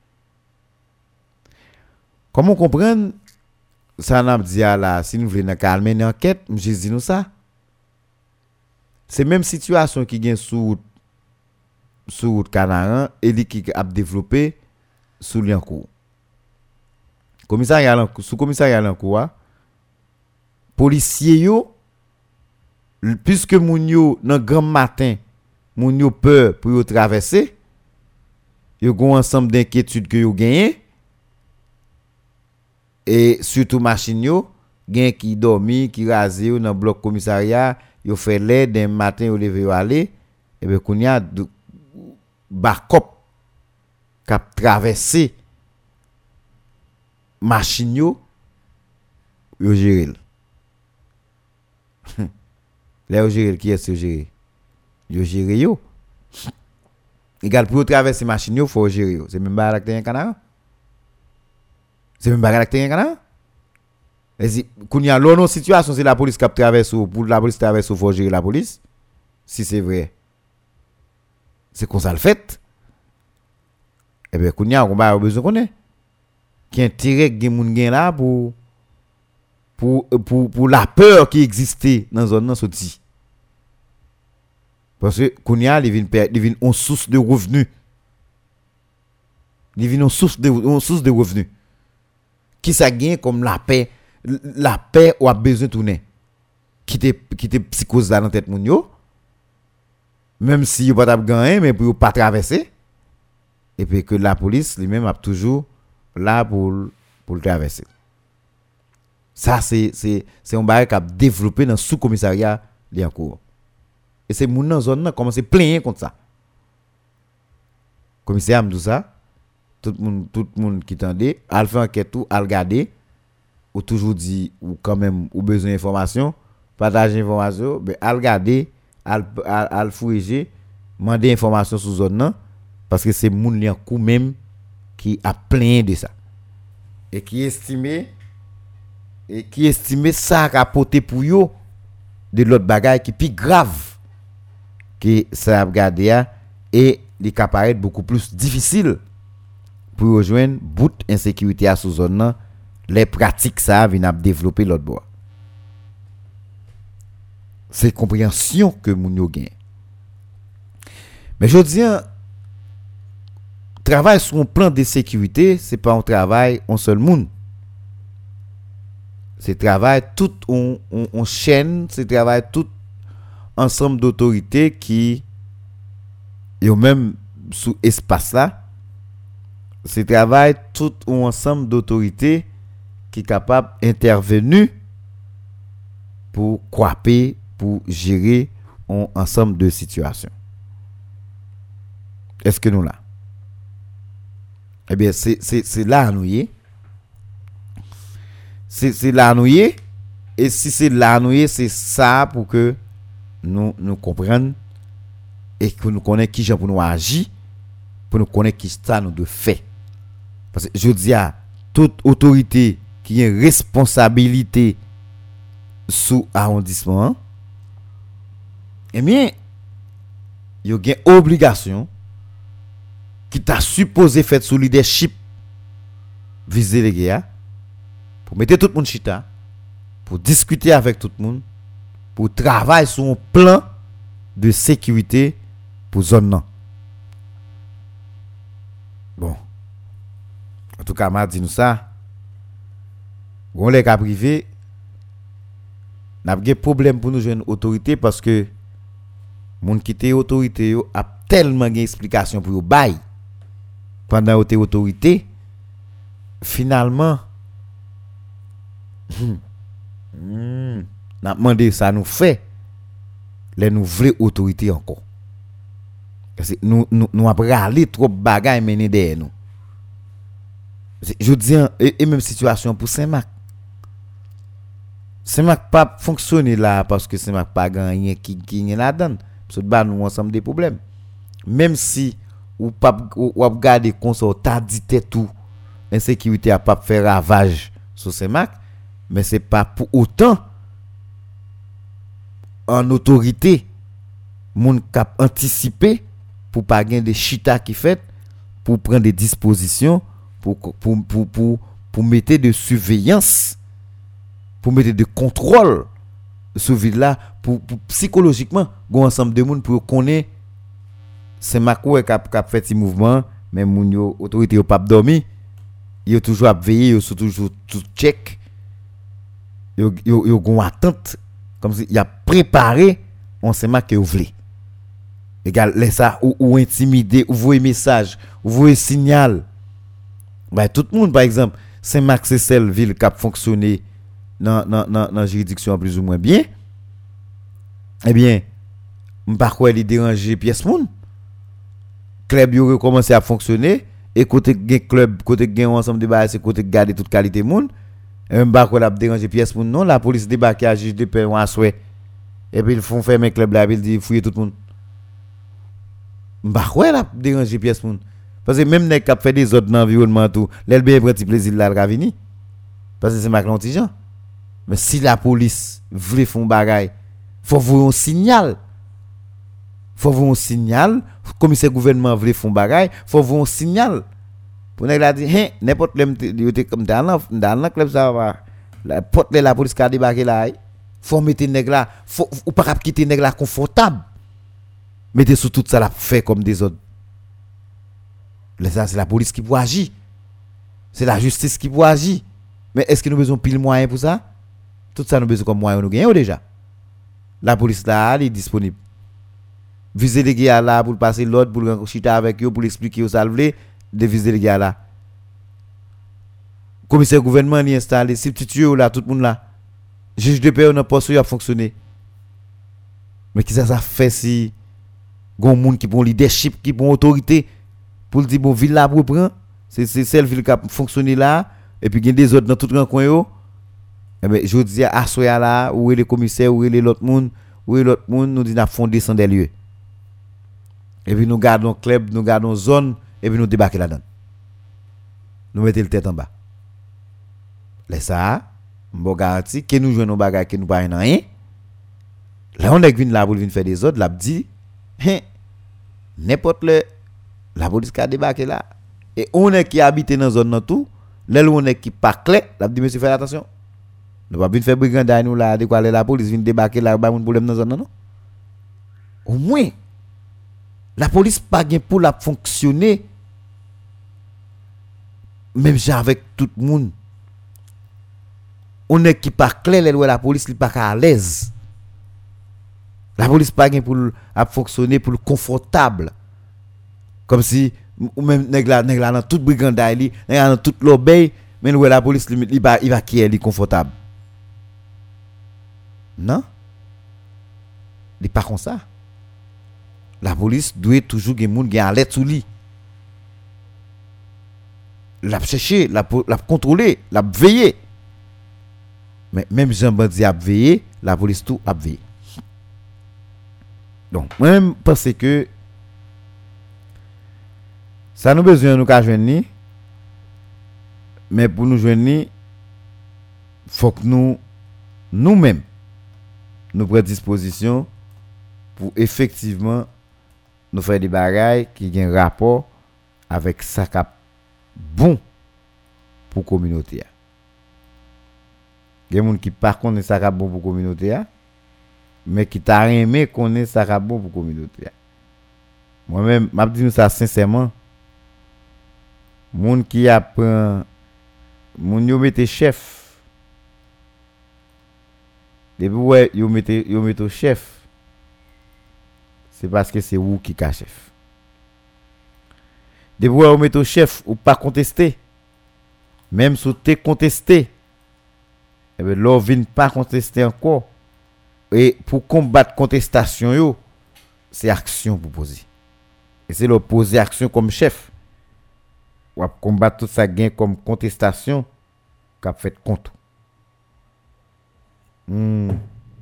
Comment comprendre ça n'a dit là si nous voulons calmer une enquête, je dis nous ça. C'est même situation qui gagne sous Canaran et qui a développé sous Liancourt. Commissariat Liancourt policiers yo puisque moun yo dans grand matin moun yo peur pour yo traverser yo gon ensemble d'inquiétude que yo gagné et surtout machine yo gen qui dormi qui rasé yo dans bloc commissariat yo fait l'air d'un matin yo levé yo aller et ben kounya bakop k'ap traverser machine yo gérer. Là yo gérer qui est-ce gérer? Yo gérer yo. Égal pour traverser machine yo faut gérer yo. C'est même pas caractère Canaran. C'est même pas caractère Canaran. Et si quand il y a l'autre situation c'est la police qui traverse pour la police traverse faut gérer la police. Si c'est vrai. C'est comme ça le fait. Et ben quand il y a on va besoin connaître. Qui intérêt gen moun gen là pour la peur qui existait dans zone nan sorti. Parce que Kounia il vient une source de revenus. Il vient une source de revenus. Qui ça gagne comme la paix ou a besoin tourner. Qui te psychose là dans tête moun yo. Même si yo pas t'a gagner mais pour pas traverser. Et puis que la police lui-même a toujours là pour le traverser. Ça c'est un bagage qui a développé dans sous commissariat Liancourt. Et c'est moun dans zone là commence plein contre ça. Commissaire am tout ça, tout monde qui tendait, al fait enquête tout, al regarder ou toujours dit ou quand même ou besoin d'information, partager information, ben al regarder, al fouiller, demander information sur zone là parce que c'est moun Liancourt même qui a plein de ça. Et qui estimait ça qu'a porté pour yo de l'autre bagaille qui plus grave que ça a regardé et les cas paraît beaucoup plus difficile pour rejoindre bout insécurité à sous zone là les pratiques ça viennent développer l'autre bois. C'est compréhension que moun yo gagne. Mais je dis travail sur un plan de sécurité, c'est pas un travail en seul monde. C'est travail tout on chaîne, c'est travail tout ensemble d'autorités qui yo même sous espace là. C'est travail tout un ensemble d'autorités qui capable intervenir pour croiper, pour gérer un ensemble de situations. Est-ce que nous là? Eh bien, c'est là nous y est. C'est là nous y est. Et si c'est là nous y est, c'est ça pour que nous comprenions et que nous connaissions qui gens pour nous agir, pour nous connaître qui ça nous de fait. Parce que je dis à toute autorité qui a une responsabilité sous arrondissement, eh bien, il y a une obligation qui t'a supposé faire sous leadership viser les gars pour mettre tout le monde chita pour discuter avec tout le monde pour travailler sur un plan de sécurité pour zone nan. Bon, en tout cas m'a dit nous ça on les cas privé n'a pas de problème pour nous joindre autorité parce que moun qui était autorité yo a tellement d'explications pour yo bail. pendant que tu es autorité, finalement, n'a demandé ça nous fait, les nous vraies autorités encore. Parce que nous après aller trop bagaille mener derrière nous. Je dis et même situation pour Saint-Marc. Saint-Marc pas fonctionner là parce que Saint-Marc pas gagné qui là-dedans. Parce que bah nous ensemble des problèmes. Même si ou pas ou regarder comme ça t'a dit tout insécurité a pas faire ravage sur Saint-Marc, mais c'est pas pour autant en autorité moun cap anticiper pour pas gagner des chita qui fait pour prendre des dispositions pour mettre de surveillance, pour mettre de contrôle sur ville là, pour psychologiquement go ensemble de monde pour connaître c'est Macou qui a fait ce mouvement, mais moun yo autorité yo pas dormi, yo toujours à veiller, yo toujours tout check, yo gon attente comme si y a préparé on sait ma que vous voulez. Égal laisse ça ou intimider ou voyer message, ou voyer signal. Bah tout le monde par exemple, Saint-Marc c'est celle ville qui a fonctionné dans juridiction plus ou moins bien. Eh bien, m'pa quoi il déranger pièce moun. Club yo recommencer à fonctionner et côté club côté gain ensemble de base c'est côté garder toute qualité moun. Et m'pa quoi la déranger pièce moun non, la police débarque à juge de paix ou à souhait. Et puis ils font fermer club là, ils disent fouiller tout le monde. M'pa quoi la déranger pièce moun. Parce que même nèg qui fait des autres dans l'environnement tout, l'elle bien prend petit plaisir là le venir. Parce que c'est Mac Lontijan. Mais si la police veut faire un bagay, faut voir un signal. Faut voir un signal, commissaire gouvernement veut faire un bagay, faut voir un signal. Pour nèg la dit n'importe yo te comme dans le club ça va. La porte la police qui débarquer là. Faut mettre nèg là, faut ou pas quitter nèg là confortable. Mettez sous tout ça la fait comme des autres. Ça c'est la police qui peut agir. C'est la justice qui peut agir. Mais est-ce que nous besoin pile moyen pour ça? Tout ça nous besoin comme moyen nous gagnons déjà. La police là, elle est disponible. Viser les gars là pour passer l'ordre pour chita avec eux pour expliquer aux salvés de viser les gars là. Commissaire gouvernement est installé, si petit tueur là tout le monde là. Juge de paix on a pas à fonctionner. Mais qui ça fait si gon monde qui bon leadership, qui bon autorité pour dire bon ville là pour prendre, c'est celle ville qui a fonctionné là et puis il y a des autres dans tout le coin yo. Eh ben je dis à soya là où est le commissaire, où est l'autre monde, nous dit n'a fondé sans des lieux. Et puis nous gardons club, nous gardons zone et puis nous débarquer là-dedans. Nous mettons le tête en bas. Laisse ça, m'bo garanti que nous jouons nos bagages que nous pas rien. Là on est venu là pour venir faire des autres, l'a dit n'importe la police qui a débarqué là et on est qui habite dans zone tout, là on est qui pas clair, l'a dit monsieur faites attention. Ne pas venir faire brigandage nous là de quoi la police vient débarquer là ba mon problème dans zone non. Au moins la police pas gain pour la fonctionner même avec tout le monde. On est qui pas clair la police n'est pas à l'aise. La police pas gain pour fonctionner pour le confortable. Comme si ou même nèg la dans toute brigandage li, dans toute l'obéi, mais la police il va qui est confortable. Non? Il pas comme ça. La police doit toujours gen moun gen alerte sous lui. La chercher, la contrôler, la veiller. Mais même Jean Bandi a veillé, la police tout a veillé. Donc, moi-même pense que ça nous besoin nous joindre, mais pour nous joindre, faut que nous-mêmes nous prenions disposition pour effectivement nous faire des bagailles qui ont un rapport avec ça qui est bon pour la communauté. Il y a des gens qui ne connaissent pas ça qui est bon pour la communauté, mais qui t'a aimé connaître ça qui est bon pour la communauté. Moi-même, je dis ça sincèrement. Moun qui apprend, moun yo mette chef. Depuis ouais, yo mette chef. C'est parce que c'est vous qui ka chef. Des pouvoirs mettre au chef ou pas contester. Même si tu es contesté, eh bien, l'on vient pas contester encore. Et pour combattre contestation, yo, c'est action pour poser. Et c'est l'opposer action comme chef. Ou combattre tout ça gain comme contestation qu'a fait compte. Dans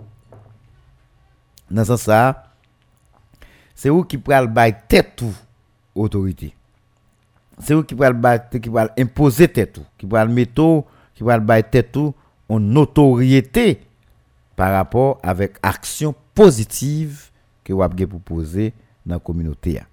ce sens ça, c'est où qui pral bail tête tout autorité. C'est où qui pral imposer tête tout, qui pral mettre qui pral bail tête tout en notoriété par rapport avec action positive que vous avez pour poser dans la communauté.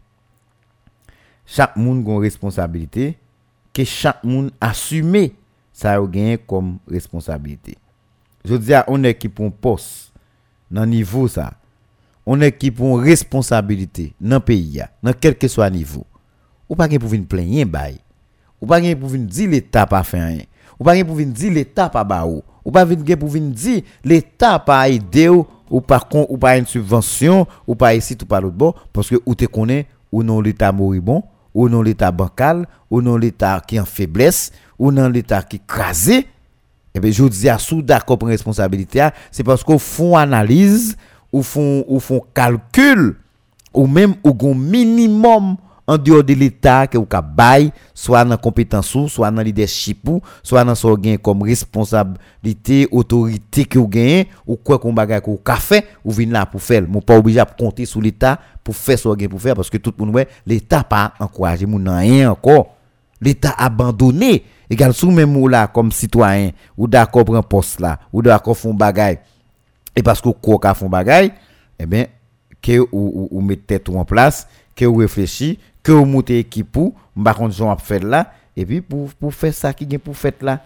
Chaque monde a une responsabilité que chaque monde assume ça a gagné comme responsabilité. Je dis on est qui pour un poste dans niveau ça. On est qui pour une responsabilité dans pays dans quel que soit niveau. Ou pas pour venir plaigner bail. Ou pas pour venir dire l'état pas fait rien. Ou pas pour venir dire l'état pas ba ou. Ou pas pour venir dire l'état pas aider ou pas une subvention ou pas ici tout pas l'autre bord parce que ou te connais ou non l'état moribond ou non l'état bancal ou non l'état qui en faiblesse ou non l'état qui crasé. Et bien je dis à sous d'accord pour responsabilité c'est parce qu'on font analyse ou font calcul ou même ou gon minimum en dehors de l'état que ou ka bail soit dans compétence ou soit dans leadership ou soit dans so gain comme responsabilité autorité que ou gain ou quoi qu'on bagay ko ka fait ou vinn là pour faire mon pas obligé à compter sur l'état pour faire so gain pour faire parce que tout le monde ouais l'état pas encourager moun nan rien encore l'état abandonné égal sous même ou là comme citoyen ou d'accord prend poste là ou d'accord font bagay et parce que quoi ka font bagay eh ben que ou mettre tête en place que ou réfléchit que ou monter équipe pour m'pa contre Jean a fait là et puis pour faire ça qui gain pour faire là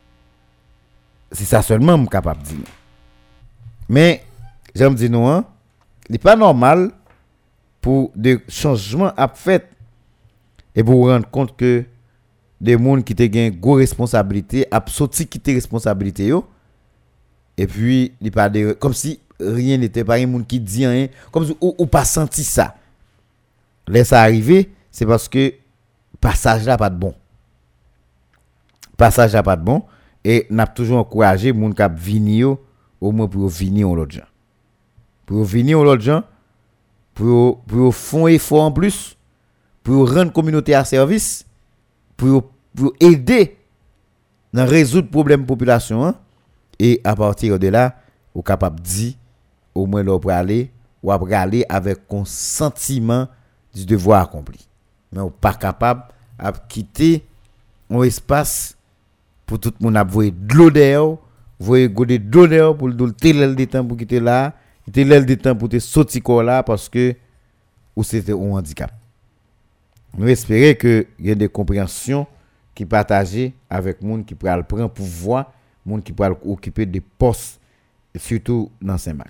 c'est ça seulement me capable dire mais j'aime dire non hein il pas normal pour des changements à fait et pour rendre compte que des monde qui te gain gros responsabilité a sorti quitter responsabilité yo et puis il pas de comme si rien n'était pas un monde qui dit rien comme si ou pas senti ça. Laisse arriver, c'est parce que passage là pas de bon. Passage là pas de bon et n'a toujours encouragé moun k'ap vini yo au moins pour venir en l'autre gens. Pour venir en l'autre gens pour font effort en plus pour rendre communauté à service pour aider dans résoudre problème population hein? Et à partir de là ou capable dire au moins l'on peut aller ou après aller avec un sentiment du devoir accompli. Mais on pas capable à quitter un espace pour tout le monde à voir de l'odeur, voir goder de l'odeur pour le tel de temps pour quitter là, tel de temps pour te sortir corps là parce que ou c'était un handicap. Nous espérons que il y a des compréhensions qui partagées avec monde qui pourra prendre pouvoir, monde qui pourra occuper des postes surtout dans Saint-Marc.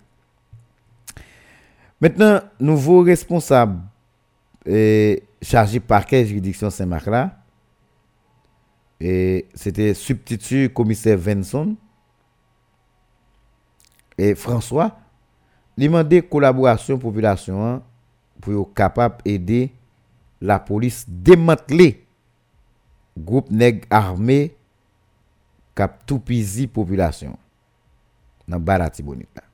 Maintenant, nouveau responsable chargé parquet juridiction Saint-Marc là et c'était substitut commissaire Vincent et François demandé collaboration population pour capable aider la police démanteler groupe nèg armé cap tout pisi population dans Baratibonite là.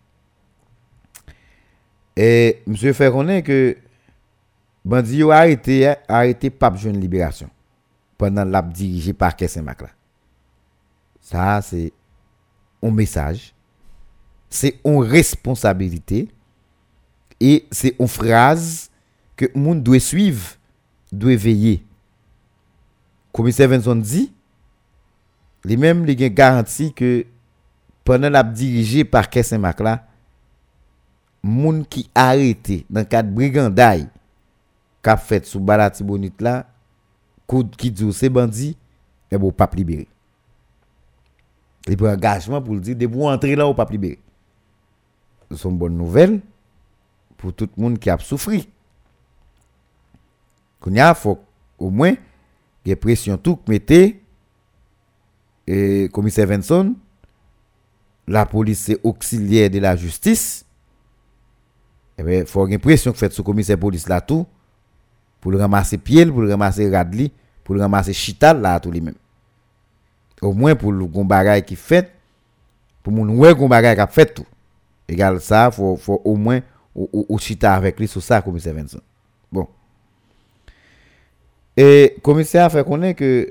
Et monsieur fait connaître que bandi yo arrêté pape jeune libération pendant l'a dirigé parquet Saint-Marc là. Ça c'est un message, c'est une responsabilité et c'est une phrase que monde doit suivre, doit veiller. Commissaire Vincent dit lui-même il a garanti que pendant l'a dirigé parquet Saint-Marc là moun qui arrêté dans cadre brigandaille qu'a fait sous Baratibonite là qui dit c'est bandit et bon pas libéré. Il prend engagement pour dire de vous entrer là ou pas libéré. C'est une bonne nouvelle pour tout le monde qui a souffert. Qu'on y a faut au moins il y a pression tout mettez et commissaire Vincent la police c'est auxiliaire de la justice. Eh ben faut une pression que fait sur commissaire police là tout pour le ramasser pied, pour le ramasser radli, pour le ramasser chital là tout lui même. Au moins pour le gon bagay qui fait pour moun ouais gon bagay qui fait tout. Égal ça faut au moins ou chita avec lui sur ça commissaire Vincent. Bon. Et commissaire fait connaître que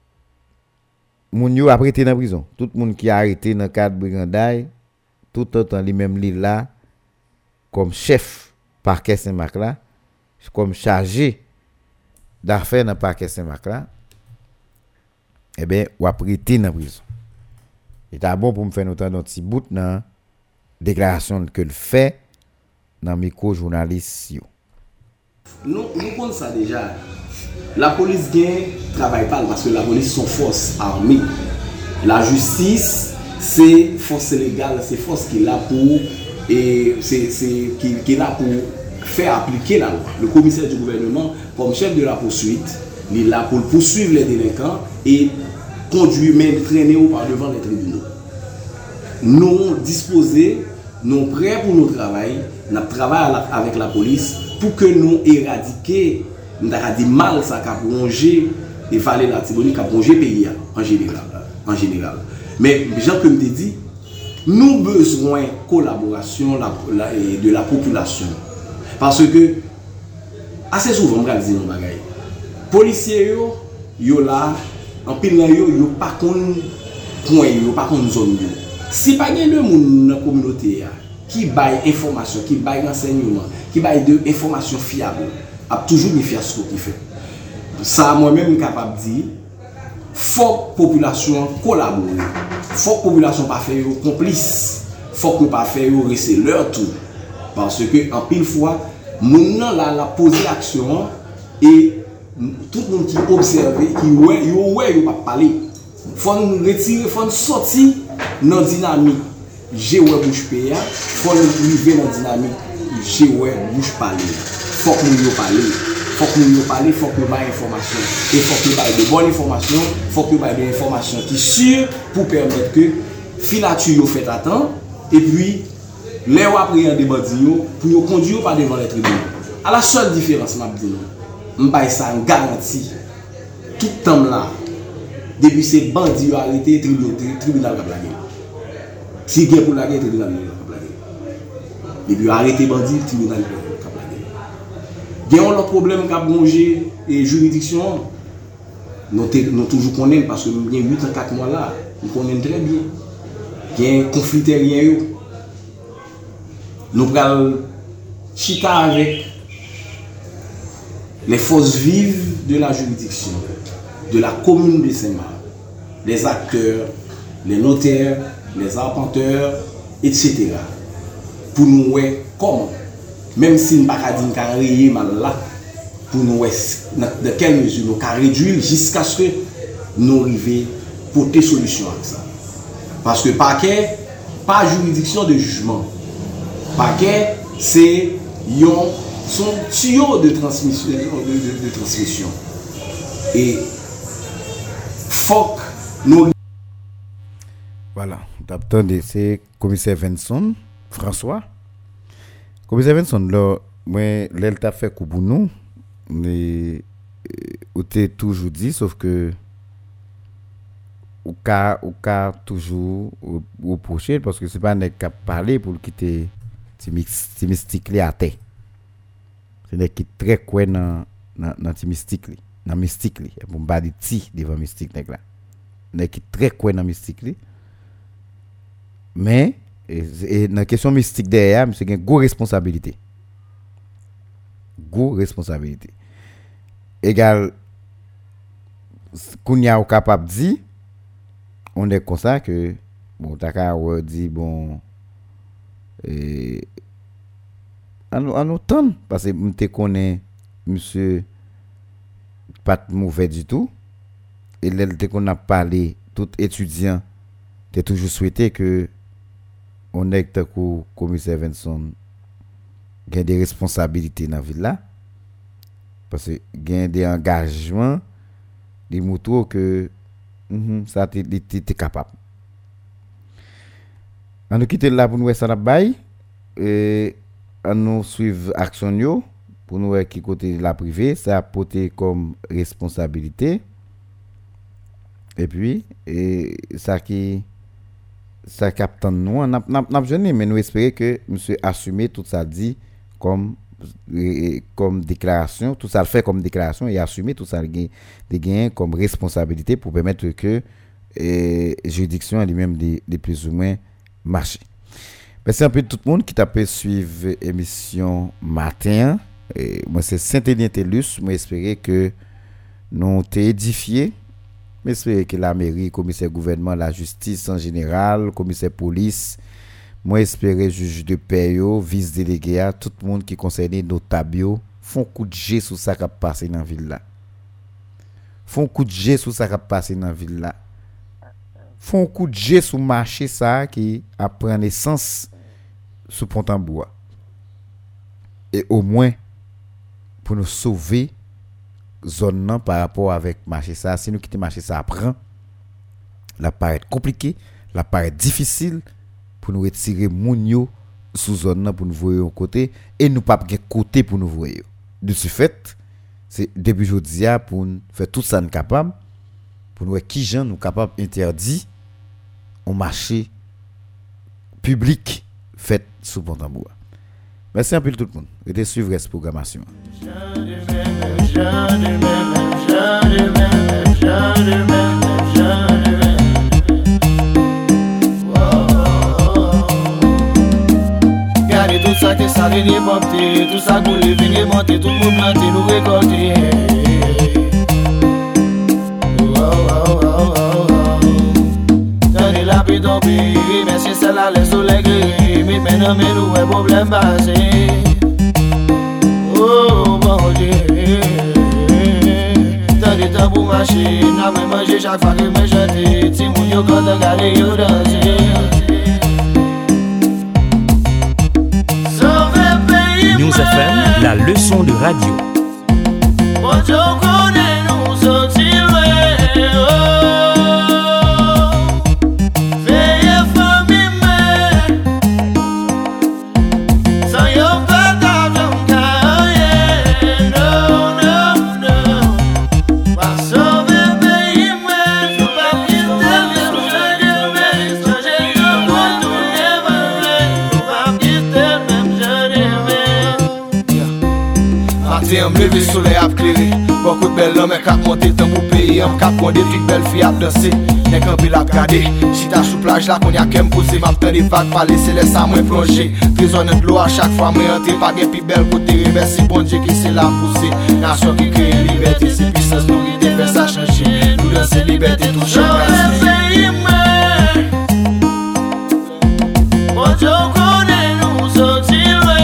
moun yo a prêté dans prison. Tout monde qui a arrêté dans cadre brigandage tout autant lui même li là comme chef parquet Saint-Marc là, comme chargé d'affaires dans parquet Saint-Marc là. Eh ben ou a prêté dans prison. Et c'est bon pour me faire noter un petit bout dans déclaration que le fait dans micro journaliste yo. Nous connaissons ça déjà. La police gagne travaille pas parce que la police sont force armée. La justice c'est force légale, c'est force qui est là pour et qui est là pour faire appliquer la loi. Le commissaire du gouvernement comme chef de la poursuite, il est là pour poursuivre les délinquants et conduire même traîner ou par devant les tribunaux. Nous disposés, nous prêts pour notre travail, nous travaillons avec la police pour que nous éradiquions nous mal ça qui a plongé et fallait la Tibonite qui a plongé le pays en général. Mais Jean comme te dit, nous avons besoin de collaboration de la population. Parce que assez souvent, je dis nos bagailles. Policiers yo là en pile yo pas kon point yo pas kon zone yo. Si pas gen de moun dans communauté qui baille information, qui baille renseignement, qui baille de information fiable, a toujours des fiasco qui fait. Ça moi-même capable dire faut population collaborer. Faut population pas faire complice. Faut que pas faire rester leur tour. Parce que en pile fois moun nan la poser action et tout le monde qui observe qui ouais pas parler. Faut nous retirer, faut nous sortir dans dynamique. J'ai ouais bouche PA, faut nous arriver dans dynamique. J'ai ouais bouche parler. Faut que nous parler. Faut que nous parler, faut que nous baille information et faut que nous baille de bonnes informations, faut que nous baille des informations qui sûres pour permettre que filature fait à temps et puis les ou après des bandits pour conduire par devant les tribunaux. À la seule différence m'a dit non. M'baille ça en garantie tout temps là depuis ces bandits arrêtés tribunal cap la guerre. Si gain pour la guerre tribunal cap la guerre. Depuis arrêter bandits tribunal cap la guerre. Gain le problème qu'a bongé et juridiction nous toujours connaît parce que nous gain 8 ans 4 mois là, nous connaissons très bien. Gain conflit terrien nous prenons chita avec les forces vives de la juridiction, de la commune de Saint-Marc, les acteurs, les notaires, les arpenteurs, etc. Pour nous voir comment, même si nous ne pouvons pas dire mal là, pour nous voir de quelle mesure nous pouvons réduire jusqu'à ce que nous arrivions à porter solution à ça. Parce que parquet, pas juridiction de jugement. Parquet, c'est son tuyau de transmission. Et faut nous. Voilà, d'attendre c'est commissaire Vincent François. Commissaire Vincent là, moi l'elta fait coup pour nous, mais on t'a toujours dit sauf que ou ka toujours reprocher parce que c'est pas nèg qui parler pour quitter ti mystique li à terre. C'est nèg qui très quoi dans ti mystique li, dans mystique li. Pour pas dire ti devant mystique nèg là. Nèg qui très quoi dans mystique li. Mais et dans question mystique derrière, c'est une grosse responsabilité. Grosse responsabilité. Égal kounya ou capable dire on est comme ça que bon taka dit bon en autant parce que me connais monsieur pas mauvais du tout et l'été qu'on a parlé tout étudiant t'es toujours souhaité que on est que commissaire Vincent gagne des responsabilités dans la ville là parce que gagne des engagements des motos que ça t'es capable. On nous quitte là pour nous ça la bail et on nous suivre action yo pour nous qui côté la privée, ça a porté comme responsabilité. Et puis ça capte nous n'a jeune mais nous espérer que monsieur assumer tout ça dit comme déclaration, tout ça le fait comme déclaration et assumer tout ça des gains comme responsabilité pour permettre que juridiction elle-même de plus ou moins marcher. Merci un peu tout le monde qui t'a pu suivre émission matin. Moi c'est Saint-Élien Tellus, moi espérer que nous t'ai édifié. J'espère que la mairie, commissaire gouvernement, la justice en général, commissaire police, moi espérer juge de paix, vice délégué, tout le monde qui concerne notable, font coup de jet sur ça qui a passé dans la ville là. Font coup de jet sur ça qui a passé dans la ville là. Font coup de jet sur marché ça qui a pris naissance sous Pont-en-Bois. Et au moins pour nous sauver zone nan par rapport avec marché ça, si nous quitter marché ça apprend la paraît compliqué, la paraît difficile pour nous retirer moun yo sous zone nan pour nous voir au côté et nous pas gen côté pour nous voir. De ce fait, c'est depuis jodi a pour faire tout ça nous capable pour nous qui gens nous capable interdit au marché public fait sous Pont-en-Bois. Merci un peu tout le monde. Et suivre cette programmation. Gardez tout ça que ça vient porter, tout ça pour les venir monter, tout le monde planter, nous récolter. Gardez la paix dans le pays, mais c'est celle-là les soleils gris, mais maintenant mais nous un problème passé. Oh bon Dieu. Des temps pour marcher, n'a même mangé chaque fois que me jeter. Si mon yo quand regarder yo danser. News FM, la leçon de radio. Bon Dieu connaît nous sortir. Veillez famille mais sans yo pas d'argent carrière. No. Me lever soleil a éclairé. Beaucoup de belles hommes qui monté temps pour payer. On cap des trucs belles filles à danser. N'est qu'un peu la regarder. Si t'as sous plage là qu'on y a qu'à me poser. M'a fait des vagues pas laisser laisse à moi plonger. Prisonnier de l'eau à chaque fois. Moi entrer pas des plus belles côté. Merci bon Dieu qui c'est la poussée. Nation qui crée liberté. C'est puissance nous qui fait ça changer. Nous danser liberté tout chaque pays. Bon Dieu connaît nous sortir.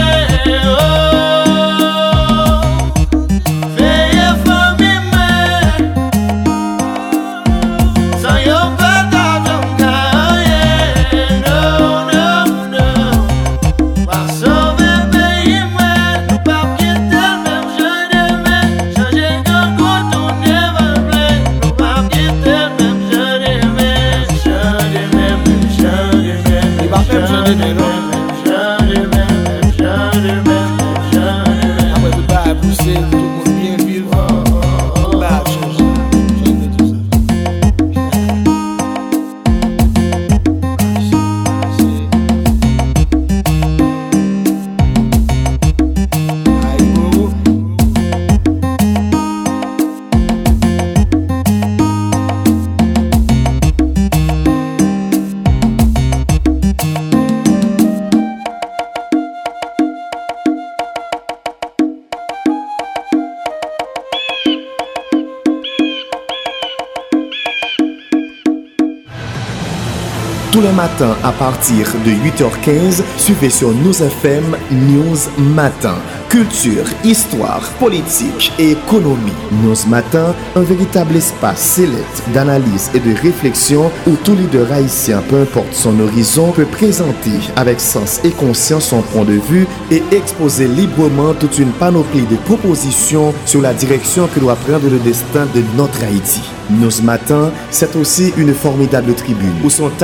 Tous les matins à partir de 8h15, suivez sur News FM News Matin. Culture, histoire, politique et économie. News Matin, un véritable espace sélect d'analyse et de réflexion où tout leader haïtien, peu importe son horizon, peut présenter avec sens et conscience son point de vue et exposer librement toute une panoplie de propositions sur la direction que doit prendre le destin de notre Haïti. News Matin, c'est aussi une formidable tribune où sont analysés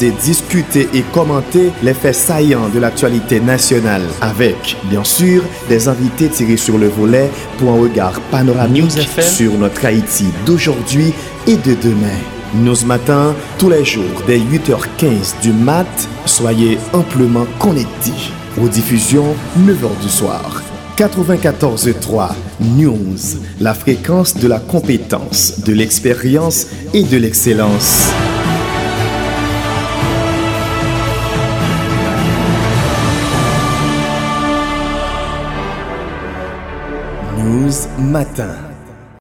analyser, discuter et commenter les faits saillants de l'actualité nationale avec, bien sûr, des invités tirés sur le volet pour un regard panoramique sur notre Haïti d'aujourd'hui et de demain. News Matin, tous les jours dès 8h15 du mat, soyez amplement connectés. Aux diffusions, 9h du soir. 94.3 News, la fréquence de la compétence, de l'expérience et de l'excellence. News Matin.